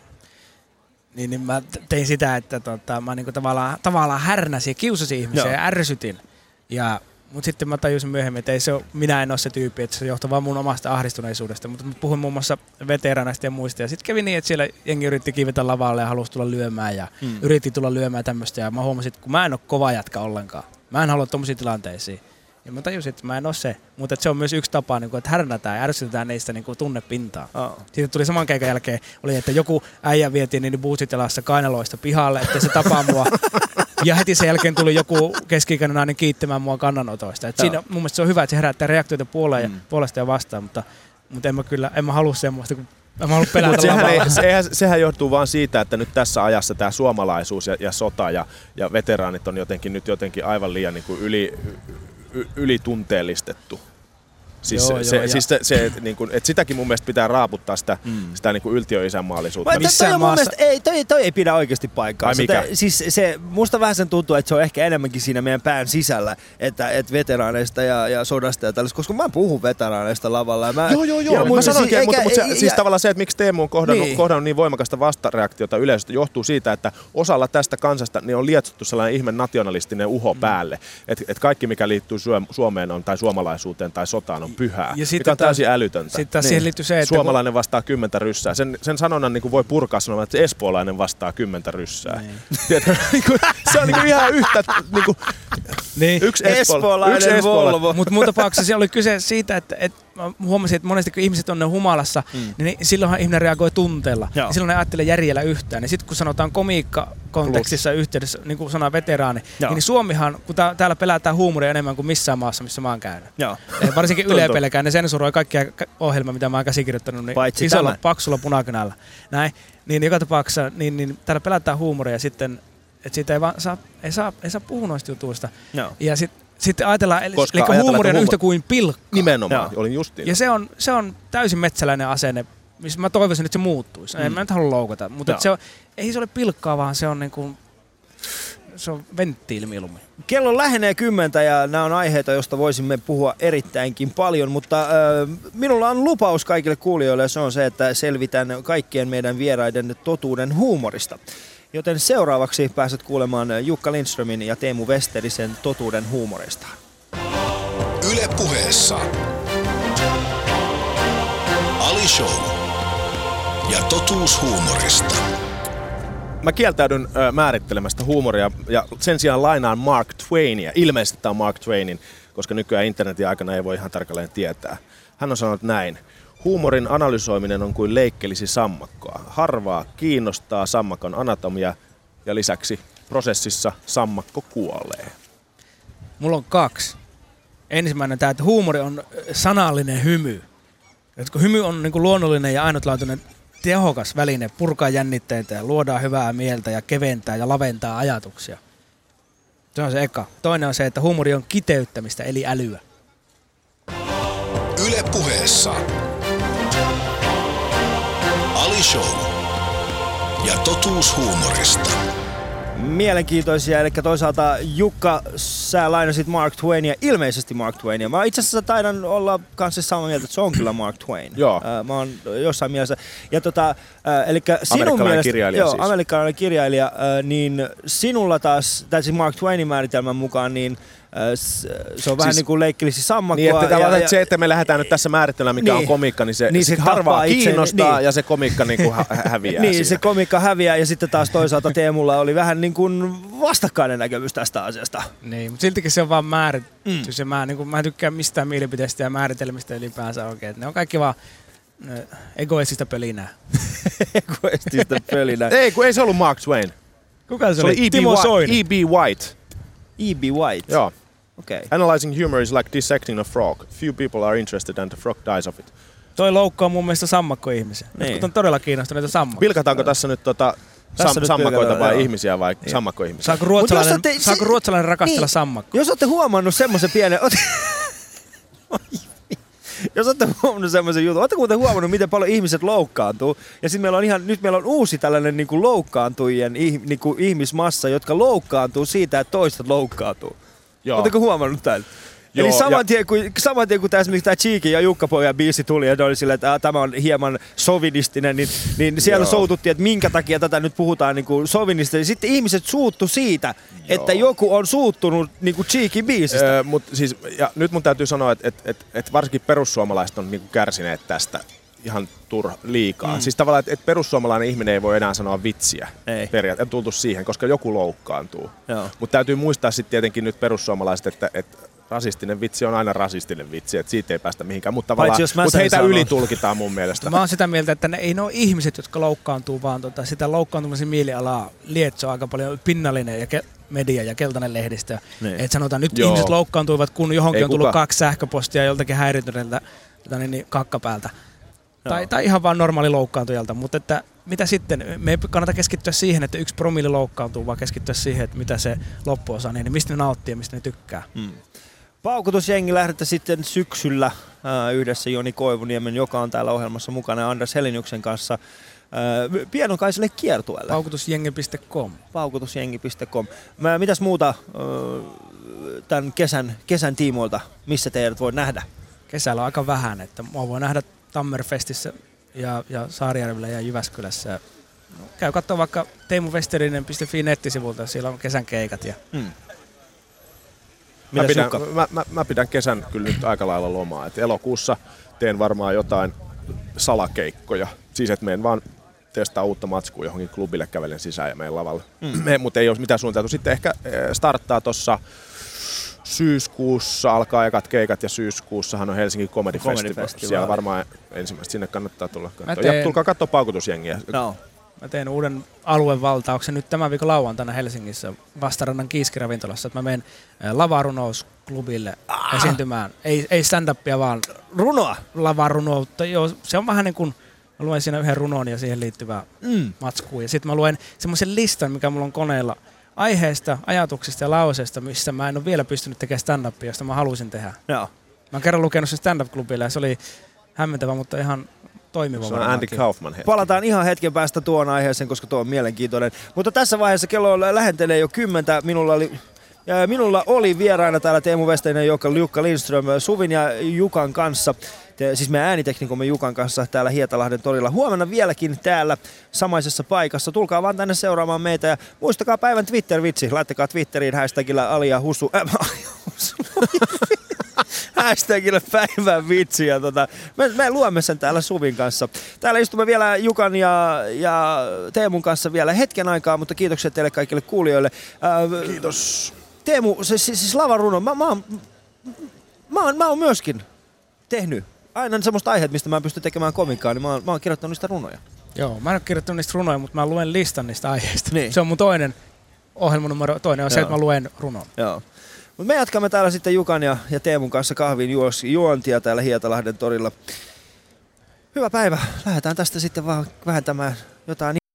niin, niin mä tein sitä, että tota, mä niinku tavallaan, tavallaan härnäsin ja kiusasin ihmisiä Joo. ja ärsytin. Ja mutta sitten mä tajusin myöhemmin, että ei se ole, minä en ole se tyyppi, että se johtuu vaan mun omasta ahdistuneisuudesta. Mutta mä puhuin muun muassa veteraaneista ja muista. Ja sitten kävi niin, että siellä jengi yritti kivetä lavalle ja halusi tulla lyömään ja hmm. yritti tulla lyömään tämmöistä. Ja mä huomasin, että kun mä en ole kova jätkä ollenkaan. Mä en halua tommosiin tilanteisiin. Ja mä tajusin, että mä en ole se. Mutta se on myös yksi tapa, että härnätään ja ärsytetään niistä tunnepintaa. Oh. Sitten tuli saman keikan jälkeen, oli, että joku äijä vietiin niin buusitelassa kainaloista pihalle, että se tapaa mua. Ja heti sen jälkeen tuli joku keski-ikäinen nainen kiittämään mua kannanotoista. Et siinä mun mielestä se on hyvä, että se herättää reaktioita puoleen, mm. puolesta ja vastaan, mutta, mutta en mä kyllä, en mä halua semmoista, kun en mä halua pelätä sehän, ei, sehän, sehän johtuu vaan siitä, että nyt tässä ajassa tämä suomalaisuus ja, ja sota ja, ja veteraanit on jotenkin nyt jotenkin aivan liian niin kuin yli, y, ylitunteellistettu. Siis, joo, se, joo, siis se, se, niin kuin, että sitäkin mun mielestä pitää raaputtaa sitä, mm. sitä niin kuin yltiöisänmaallisuutta. Missään toi maassa... ei, toi, toi ei pidä oikeasti paikkaa. Sitä, siis se, musta vähän sen tuntuu, että se on ehkä enemmänkin siinä meidän pään sisällä, että et veteraaneista ja, ja sodasta ja tällaista, koska mä puhun veteraaneista lavalla. Ja mä, joo, joo, joo. Mä sanoinkin, mutta, mutta se, siis tavallaan se, että miksi Teemu on kohdannut niin, kohdannut niin voimakasta vastareaktiota yleisöstä, johtuu siitä, että osalla tästä kansasta niin on lietsottu sellainen ihme nationalistinen uho mm. päälle, että et kaikki mikä liittyy Suomeen on, tai suomalaisuuteen tai sotaan on pyhää, ja mikä on täysin älytöntä. Sitten siihen liittyy se, että suomalainen vastaa kymmentä ryssää. Sen, sen sanonnan niin kuin voi purkaa sanomaan, että espoolainen vastaa kymmentä ryssää. Se on niin kuin ihan yhtä... Niin kuin, niin. Yksi espoolainen, yksi espoolainen Volvo. Mutta mun tapauksessa oli kyse siitä, että, että mä huomasin, että monesti kun ihmiset on ne humalassa, mm. niin silloinhan ihminen reagoi tunteella. Ja silloin ne ajattelee järjellä yhtään. Ja sitten kun sanotaan komiikka-kontekstissa yhteydessä, niin kuin sanoo veteraani, Joo. niin Suomihan, kun tää, täällä pelätään huumoria enemmän kuin missään maassa, missä mä oon käynyt. Joo. Varsinkin Yle pelkää, ne sensuroi kaikkia ohjelmia, mitä mä oon käsikirjoittanut, niin isolla, tämän. paksulla punakynällä. Näin. Niin joka tapauksessa, niin, niin täällä pelätään huumoria ja sitten, että siitä ei, vaan saa, ei, saa, ei saa puhua noista jutuista. Joo. Ja sitten Sitten ajatellaan, eli huumori on huumor... yhtä kuin pilkka. Nimenomaan, olin justiin. Ja se on, se on täysin metsäläinen asenne, missä mä toivoisin, että se muuttuisi. Mm. En mä nyt halua loukata, mutta se on, ei se ole pilkkaa, vaan se on, niin kuin, se on venttiili mieluummin. Kello lähenee kymmentä ja nämä on aiheita, joista voisimme puhua erittäinkin paljon, mutta äh, minulla on lupaus kaikille kuulijoille ja se on se, että selvitän kaikkien meidän vieraiden totuuden huumorista. Joten seuraavaksi pääset kuulemaan Jukka Lindströmin ja Teemu Westerisen totuuden huumoristaan. Yle Puheessa Ali Show ja totuus huumorista. Mä kieltäydyn ö, määrittelemästä huumoria ja sen sijaan lainaan Mark Twainia. Ilmeisesti tämä on Mark Twainin, koska nykyään internetin aikana ei voi ihan tarkalleen tietää. Hän on sanonut näin. Huumorin analysoiminen on kuin leikkelisi sammakkoa. Harvaa kiinnostaa sammakon anatomia ja lisäksi prosessissa sammakko kuolee. Mulla on kaksi. Ensimmäinen tämä, että huumori on sanallinen hymy. Että hymy on niin kuin luonnollinen ja ainutlaatuinen tehokas väline purkaa jännitteitä ja luodaan hyvää mieltä ja keventää ja laventaa ajatuksia. Se on se eka. Toinen on se, että huumori on kiteyttämistä eli älyä. Yle Puheessa Ali Show ja totuus huumorista. Mielenkiintoisia, eli toisaalta Jukka, sä lainasit Mark Twainia, ilmeisesti Mark Twainia. Mä itse asiassa taidan olla kanssa samaa mieltä, että se on kyllä Mark Twain. Joo. Äh, mä oon jossain mielessä. Ja tota, äh, eli sinun amerikkalainen mielestä, kirjailija joo, siis. amerikkalainen kirjailija, äh, niin sinulla taas, tai siis Mark Twainin määritelmän mukaan, niin se on vähän siis, niin kuin leikkilisi sammakkoa. Niin, että, ja, ja, ja, se, että me lähdetään nyt tässä määrittelemään, mikä niin, on komiikka, niin se, niin se, se harvaa kiinnostaa niin. ja se komiikka niin kuin hä- häviää. Niin, siinä. se komiikka häviää ja sitten taas toisaalta Teemulla oli vähän niin kuin vastakkainen näkemys tästä asiasta. Niin, mutta siltikin se on vaan määritys. Mm. Mä, niin kuin, mä en tykkää mistään mielipiteistä ja määritelmistä ylipäänsä oikein. Ne on kaikki vaan egoistista pölinää. egoistista pölinää. Ei, kun ei se ollut Mark Twain. Kuka se, Se oli oli? E B. Timo Soini. E B. White. E B. White. Joo. Okei. Okay. Analyzing humor is like dissecting a frog. Few people are interested and the frog dies of it. Toi loukkaa mun mielestä sammakkoihmisiä. Niin. Jotkut on todella kiinnostuneita sammakkoja. Pilkataanko tässä nyt tota Tässä sam- nyt sammakoita pilkataan, vai joo. ihmisiä vai sammakkoihmisiä? Saako ruotsalainen, Mut jos ootte- saako se- ruotsalainen rakastella niin. sammakkoa? Jos olette huomannut semmoisen pienen... Jos olette huomannut semmoisen jutun, olette muuten huomannut, miten paljon ihmiset loukkaantuu. Ja sitten meillä on ihan, nyt meillä on uusi tällainen niin kuin loukkaantujien ih, niin kuin ihmismassa, jotka loukkaantuu siitä, että toiset loukkaantuu. Oletteko huomannut tämän? Joo, Eli saman ja- tien, kun, saman tien kun tämä esimerkiksi tämä Cheekin ja Jukka-pojan biisi tuli ja ne oli silleen, että tämä on hieman sovinistinen, niin, niin siellä Joo. soututtiin, että minkä takia tätä nyt puhutaan niin kuin sovinistinen. Sitten ihmiset suuttu siitä, että joku on suuttunut niin kuin Cheekin biisistä. Öö, mut siis, ja nyt mun täytyy sanoa, että et, et, et varsinkin perussuomalaiset on niinku kärsineet tästä ihan turha, liikaa. Mm. Siis tavallaan, että et perussuomalainen ihminen ei voi enää sanoa vitsiä. Ei. Periaatteessa tultu siihen, koska joku loukkaantuu. Joo. Mutta täytyy muistaa sitten tietenkin nyt perussuomalaiset, että et rasistinen vitsi on aina rasistinen vitsi, että siitä ei päästä mihinkään. Mutta Paitsi jos mä mut sen heitä sanon. ylitulkitaan mun mielestä. Mä oon sitä mieltä, että ne ei ne ole ihmiset, jotka loukkaantuu, vaan tota, sitä loukkaantumisen mielialaa lietsoo aika paljon pinnallinen ja ke- media ja keltainen lehdistö. Niin. Että sanotaan, nyt Joo. ihmiset loukkaantuivat, kun johonkin Ei on tullut kuka- kaksi sähköpostia joltakin häirityneeltä tota, niin, niin, kakkapäältä. Tai, tai ihan vaan normaali loukkaantujalta, mutta että mitä sitten, me ei kannata keskittyä siihen, että yksi promille loukkaantuu, vaan keskittyä siihen, että mitä se loppuosa, niin mistä ne nauttii ja mistä ne tykkää. Hmm. Paukutusjengi lähdette sitten syksyllä ää, yhdessä Joni Koivuniemen, joka on täällä ohjelmassa mukana, ja Anders Heliniuksen kanssa ää, pienokaiselle kiertueelle. Paukutusjengi piste com. Paukutusjengi piste com. Mä, mitäs muuta ää, tämän kesän, kesän tiimoilta, missä teidät voi nähdä? Kesällä on aika vähän, että mua voi nähdä Tammerfestissä ja, ja Saarijärvellä ja Jyväskylässä. No, käy katsoa vaikka teemu westerinen piste fi nettisivulta, siellä on kesän keikat. Ja Hmm. Mä Mitäs pidän, Jukka? mä, mä, mä pidän kesän kyllä nyt aika lailla lomaa. Et elokuussa teen varmaan jotain salakeikkoja. Siis että menen vaan testaa uutta matskua johonkin klubille, kävelen sisään ja menen lavalle. Mm. Mutta ei ole mitään suunniteltu. Sitten ehkä eh, starttaa tuossa syyskuussa, alkaa ekat keikat ja syyskuussahan on Helsingin Comedy, Comedy Festival. Festival. Siellä varmaan ensimmäistä sinne kannattaa tulla katsoa. teen- Ja tulkaa katsoa paukutusjengiä. No. mä teen uuden aluevaltauksen nyt tämän viikon lauantaina Helsingissä Vastarannan Kiiskiravintolassa. Että mä menen äh, lavarunousklubille ah! esiintymään. Ei, ei stand-upia, vaan Runoa! lavarunoutta. Joo, se on vähän niin kuin, mä luen siinä yhden runon ja siihen liittyvää Mm. matskua. Ja sitten mä luen semmoisen listan, mikä mulla on koneella aiheesta, ajatuksista ja lauseista, missä mä en ole vielä pystynyt tekemään stand-upia, josta mä haluaisin tehdä. Joo. Mä oon kerran lukenut sen stand-up-klubille ja se oli hämmentävä, mutta ihan toimiva. Se on varmaankin. Andy Kaufman hetki. Palataan ihan hetken päästä tuon aiheeseen, koska tuo on mielenkiintoinen. Mutta tässä vaiheessa kello lähentelee jo kymmentä. Minulla oli, ja minulla oli vieraana täällä Teemu Westerinen, joka Jukka Lindström, Suvin ja Jukan kanssa. Te, siis meidän ääniteknikomme Jukan kanssa täällä Hietalahden torilla. Huomenna vieläkin täällä samaisessa paikassa. Tulkaa vaan tänne seuraamaan meitä ja muistakaa päivän Twitter-vitsi. Laittakaa Twitteriin hashtagillä Alia Husu. Äh, Alia Husu. Hashtagille päivän vitsi. Ja tota, me, me luemme sen täällä Suvin kanssa. Täällä istumme vielä Jukan ja, ja Teemun kanssa vielä hetken aikaa, mutta kiitoksia teille kaikille kuulijoille. Äh, Kiitos. Teemu, siis, siis lavaruno, mä, mä, oon, mä, oon, mä oon myöskin tehnyt aina semmoista aiheet, mistä mä en pysty tekemään komikkaa, niin mä oon, mä oon kirjoittanut niistä runoja. Joo, mä en ole kirjoittanut niistä runoja, mutta mä luen listan niistä aiheista. Niin. Se on mun toinen ohjelmanumero, toinen on se, Joo. että mä luen runon. Joo. Mut me jatkamme täällä sitten Jukan ja, ja Teemun kanssa kahvin juos, juontia täällä Hietalahden torilla. Hyvä päivä. Lähdetään tästä sitten vaan vähentämään jotain